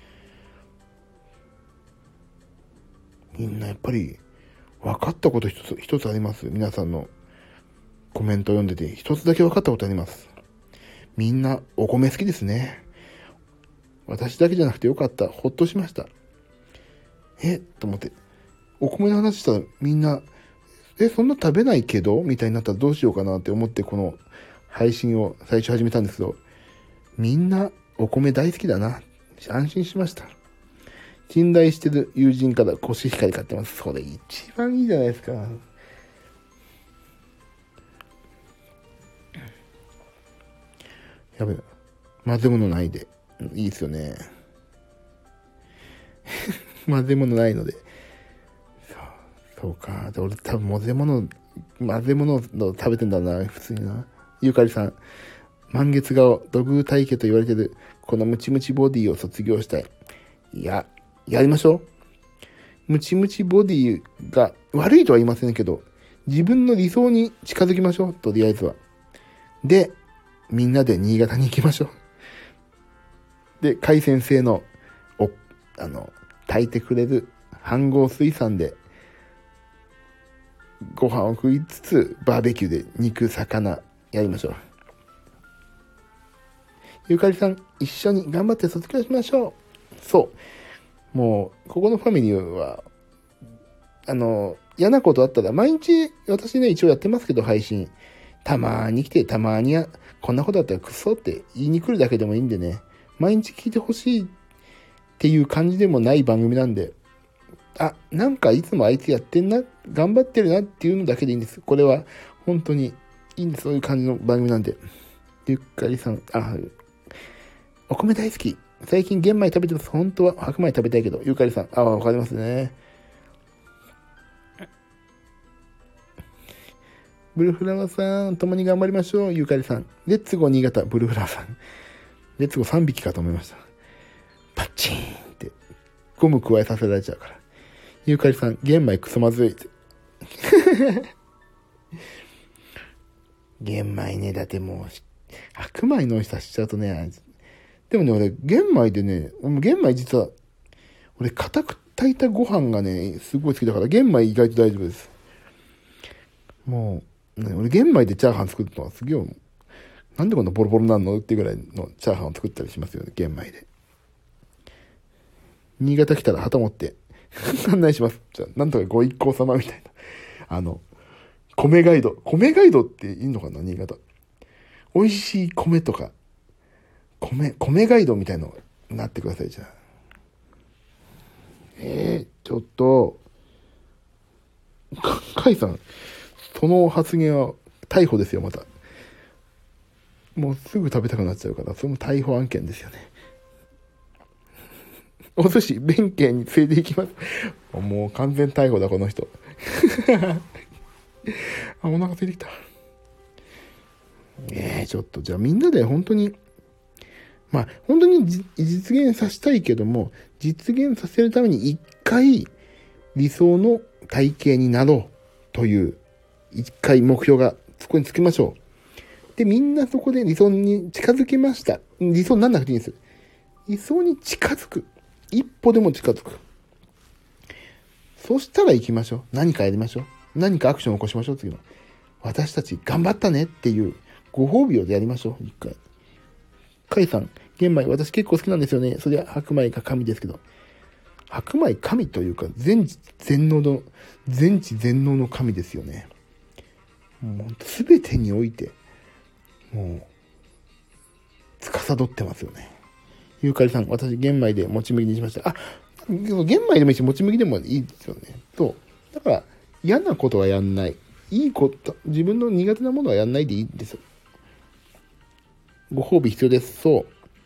みんなやっぱり、分かったこと一つあります。皆さんのコメントを読んでて、一つだけ分かったことあります。みんなお米好きですね。私だけじゃなくてよかった。ほっとしました。と思って。お米の話したらみんな、そんな食べないけどみたいになったらどうしようかなって思ってこの配信を最初始めたんですけど、みんなお米大好きだな。安心しました。信頼してる友人からコシヒカリ買ってます。それ一番いいじゃないですか。やべえ。混ぜ物ないで。いいですよね。混ぜ物ないので。そうか。俺多分混ぜ物を食べてんだな。普通にな。ゆかりさん。満月顔、土偶体家と言われてる、このムチムチボディを卒業したい。いや、やりましょう。ムチムチボディが悪いとは言いませんけど、自分の理想に近づきましょう。とりあえずは。で、みんなで新潟に行きましょう。で、海先生の、炊いてくれる飯合水産で、ご飯を食いつつ、バーベキューで肉、魚、やりましょう。ゆかりさん、一緒に頑張って卒業しましょう。そう。もう、ここのファミリーは、嫌なことあったら、毎日、私ね、一応やってますけど、配信。たまーに来て、たまーにこんなことあったらクソって言いに来るだけでもいいんでね、毎日聞いてほしいっていう感じでもない番組なんで、なんかいつもあいつやってんな、頑張ってるなっていうのだけでいいんです。これは、本当にいいんです。そういう感じの番組なんで。ゆっかりさん、お米大好き。最近玄米食べてます。本当は白米食べたいけど。ゆかりさん。わかりますね。ブルフラワーさん、共に頑張りましょう。ゆかりさん。レッツゴー新潟。ブルフラワーさん。レッツゴー3匹かと思いました。パッチーンって。ゴム加えさせられちゃうから。 ゆかりさん、玄米くそまずい。玄米ね、だってもう、白米の美味しさしちゃうとね、でもね、俺、玄米でね、玄米実は、俺、固く炊いたご飯がね、すごい好きだから、玄米意外と大丈夫です。もう、ね、俺、玄米でチャーハン作るのはすげえ、なんでこんなボロボロなんのってぐらいのチャーハンを作ったりしますよね、玄米で。新潟来たら旗持って、案内します。じゃあ、なんとかご一行様みたいな。米ガイド。米ガイドっていいのかな、新潟。美味しい米とか、米ガイドみたいのになってください、じゃあ。ちょっと、カイさん、その発言は逮捕ですよ、また。もうすぐ食べたくなっちゃうから、それも逮捕案件ですよね。お寿司、弁慶に連れて行きます。もう完全逮捕だ、この人。あ、お腹空いてきた。ちょっと、じゃあみんなで本当に、まあ、本当に実現させたいけども、実現させるために一回理想の体型になろうという一回目標がそこにつけましょう。で、みんなそこで理想に近づけました。理想になんなくていいんです。理想に近づく。一歩でも近づく。そしたら行きましょう。何かやりましょう。何かアクションを起こしましょう。次の。私たち頑張ったねっていうご褒美をやりましょう。一回。カイさん、玄米、私結構好きなんですよね。それは白米が神ですけど。白米神というか、全知全能の神ですよね。もう、すべてにおいて、もう、司ってますよね。ゆうかりさん、私、玄米でもち麦にしました。あ、玄米でもいいし、もち麦でもいいですよね。そう。だから、嫌なことはやんない。いいこと、自分の苦手なものはやんないでいいんですよ。ご褒美必要です。そう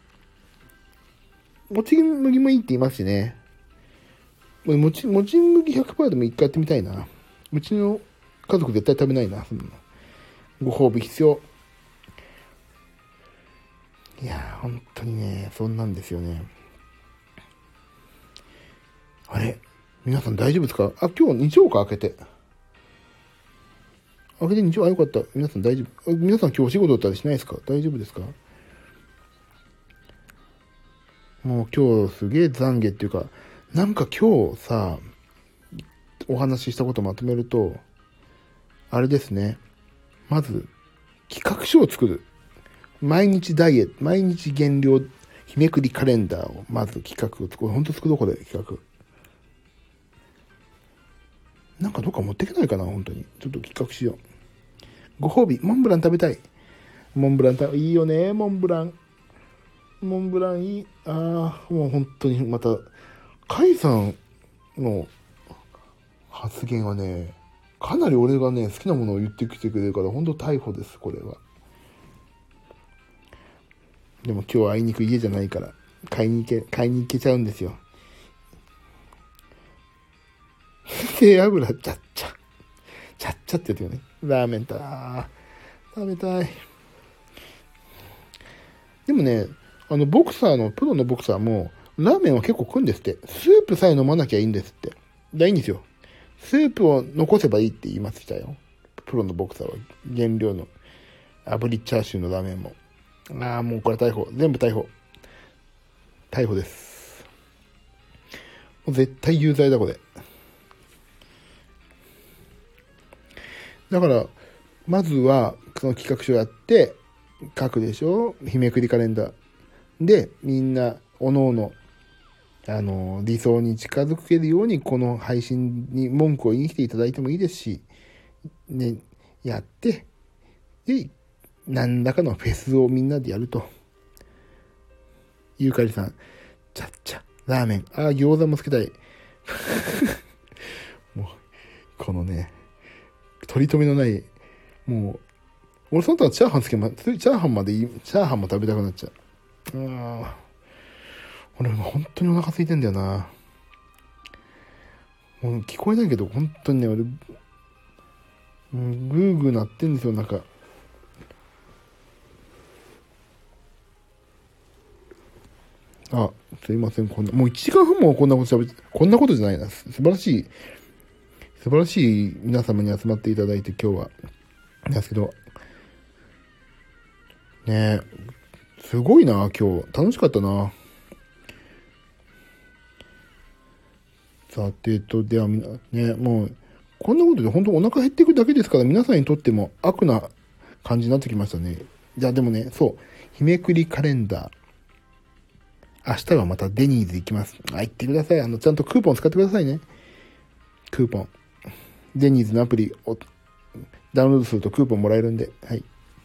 。もち麦もいいって言いますしね。もち麦100%でも一回やってみたいな。うちの家族絶対食べないな。そんなのご褒美必要。いやー、本当にね、そんなんですよね。あれ皆さん大丈夫ですか？あ、今日日曜か開けて。開けて日曜、よかった。皆さん大丈夫。皆さん今日お仕事だったりしないですか？大丈夫ですか？もう今日すげえ懺悔っていうか、なんか今日さ、お話ししたことまとめると、あれですね。まず、企画書を作る。毎日ダイエット、毎日減量、日めくりカレンダーを、まず企画を作る。ほんと作ろう、これ、企画。なんかどっか持ってけないかな、本当に。ちょっと企画しよう。ご褒美、モンブラン食べたい。モンブランいいよね、モンブラン。モンブランいい。もう本当にまた、カイさんの発言はね、かなり俺がね、好きなものを言ってきてくれるから、本当逮捕です、これは。でも今日はあいにく家じゃないから、買いに行けちゃうんですよ。背脂、ちゃっちゃって言ってよね。ラーメン食べたい。でもね、プロのボクサーも、ラーメンは結構食うんですって。スープさえ飲まなきゃいいんですって。いいんですよ。スープを残せばいいって言いましたよ。プロのボクサーは。原料の炙りチャーシューのラーメンも。もうこれ逮捕。全部逮捕。逮捕です。もう絶対有罪だ、これ。だから、まずは、その企画書やって、書くでしょ？日めくりカレンダー。で、みんな、おのおの、理想に近づけるように、この配信に文句を言いに来ていただいてもいいですし、ね、やって、で、何らかのフェスをみんなでやると。ゆうかりさん、ちゃっちゃ、ラーメン、餃子もつけたい。もう、このね、取り留めのない、もう、俺その他チャーハンチャーハンも食べたくなっちゃう。俺も本当にお腹空いてんだよな。もう聞こえないけど、本当にね、俺、グーグー鳴ってんですよ、なんか。 あ、すいません。もう1時間半もこんなこと喋って、こんなことじゃないな。素晴らしい皆様に集まっていただいて今日は。ですけど、ねえ、すごいな、今日。楽しかったな。さてではね、もう、こんなことで本当お腹減っていくだけですから、皆さんにとっても悪な感じになってきましたね。じゃあでもね、そう、日めくりカレンダー。明日はまたデニーズ行きます。行ってください。ちゃんとクーポン使ってくださいね。クーポン。デニーズのアプリをダウンロードするとクーポンもらえるんで。はい。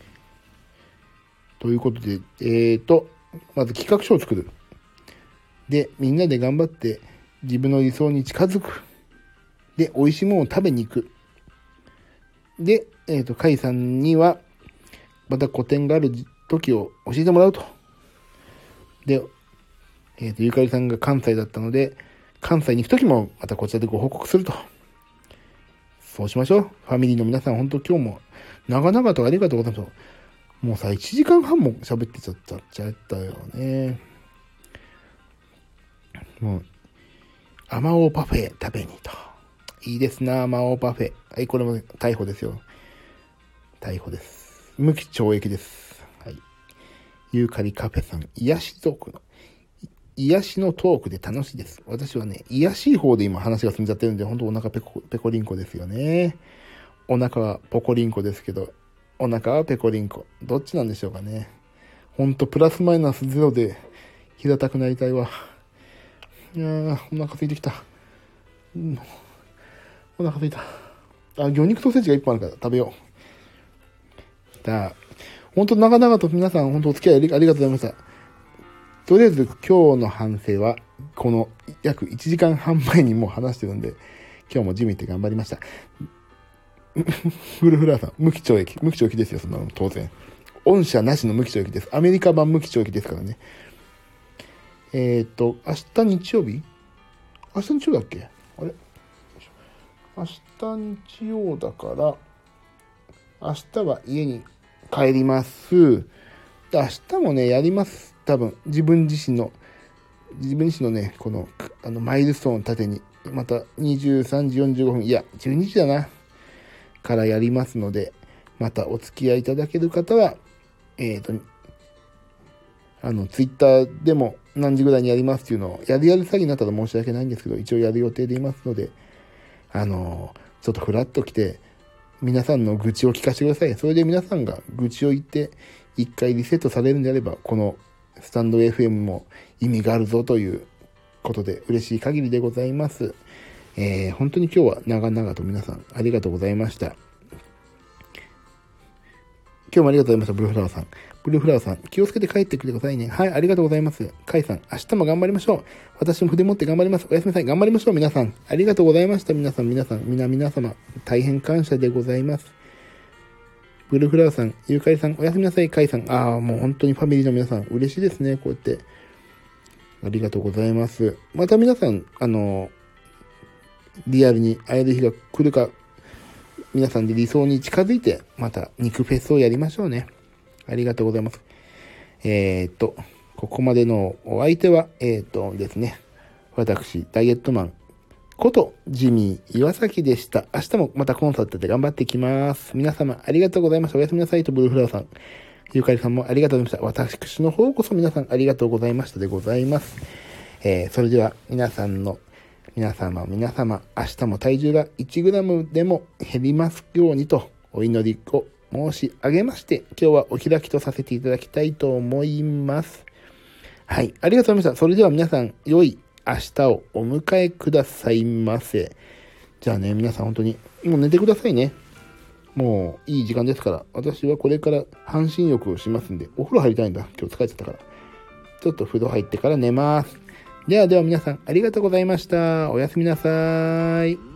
ということで、まず企画書を作る。で、みんなで頑張って自分の理想に近づく。で、美味しいものを食べに行く。で、カイさんには、また個展がある時を教えてもらうと。で、ゆかりさんが関西だったので、関西に行く時もまたこちらでご報告すると。そうしましょう。ファミリーの皆さん、本当今日も長々とありがとうございます。もうさ、1時間半も喋ってちゃったよね。もう、アマオパフェ食べにと。いいですな、アマオパフェ。はい、これも逮捕ですよ。逮捕です。無期懲役です。はい。ユーカリカフェさん、癒しトークで楽しいです。私はね、癒しい方で今話が進んじゃってるんで、本当お腹ペコリンコですよね。お腹はポコリンコですけど、お腹はペコリンコ。どっちなんでしょうかね。本当プラスマイナスゼロで平たくなりたいわ。いやー、お腹空いてきた。お腹空いた。魚肉ソーセージが1本あるから食べよう。本当長々と皆さん本当お付き合いありがとうございました。とりあえず今日の反省は、この約1時間半前にもう話してるんで、今日もジム行って頑張りました。フルフラーさん、無期懲役ですよ、そんなの、当然。御社なしの無期懲役です。アメリカ版無期懲役ですからね。明日日曜日だっけあれ明日日曜だから、明日は家に帰ります。明日もね、やります。多分、自分自身のね、この、マイルストーンを立てに、また23時45分、いや、12時だな、からやりますので、またお付き合いいただける方は、ツイッターでも何時ぐらいにやりますっていうのを、やる詐欺になったら申し訳ないんですけど、一応やる予定でいますので、ちょっとフラッと来て、皆さんの愚痴を聞かせてください。それで皆さんが愚痴を言って、一回リセットされるんであれば、このスタンド FM も意味があるぞということで嬉しい限りでございます。本当に今日は長々と皆さんありがとうございました。今日もありがとうございました。ブルーフラワーさん、気をつけて帰ってきてくださいね。はい、ありがとうございます。カイさん、明日も頑張りましょう。私も筆持って頑張ります。おやすみなさい。頑張りましょう、皆さん。ありがとうございました。皆様、大変感謝でございます。ブルーフラワーさん、ゆうかりさん、おやすみなさい。カイさん、もう本当にファミリーの皆さん、嬉しいですね。こうやって。ありがとうございます。また皆さん、リアルに会える日が来るか、皆さんで理想に近づいて、また肉フェスをやりましょうね。ありがとうございます。ここまでのお相手は、ですね、私、ダイエットマンことジミー岩崎でした。明日もまたコンサートで頑張っていきます。皆様ありがとうございました。おやすみなさいとブルーフラワーさん。ゆかりさんもありがとうございました。私の方こそ皆さんありがとうございましたでございます。それでは皆様、明日も体重が 1g でも減りますようにとお祈りを申し上げまして、今日はお開きとさせていただきたいと思います。はい、ありがとうございました。それでは皆さん、良い明日をお迎えくださいませ。じゃあね、皆さん本当に、もう寝てくださいね。もういい時間ですから、私はこれから半身浴をしますんで、お風呂入りたいんだ。今日疲れちゃったから。ちょっと風呂入ってから寝ます。では皆さんありがとうございました。おやすみなさい。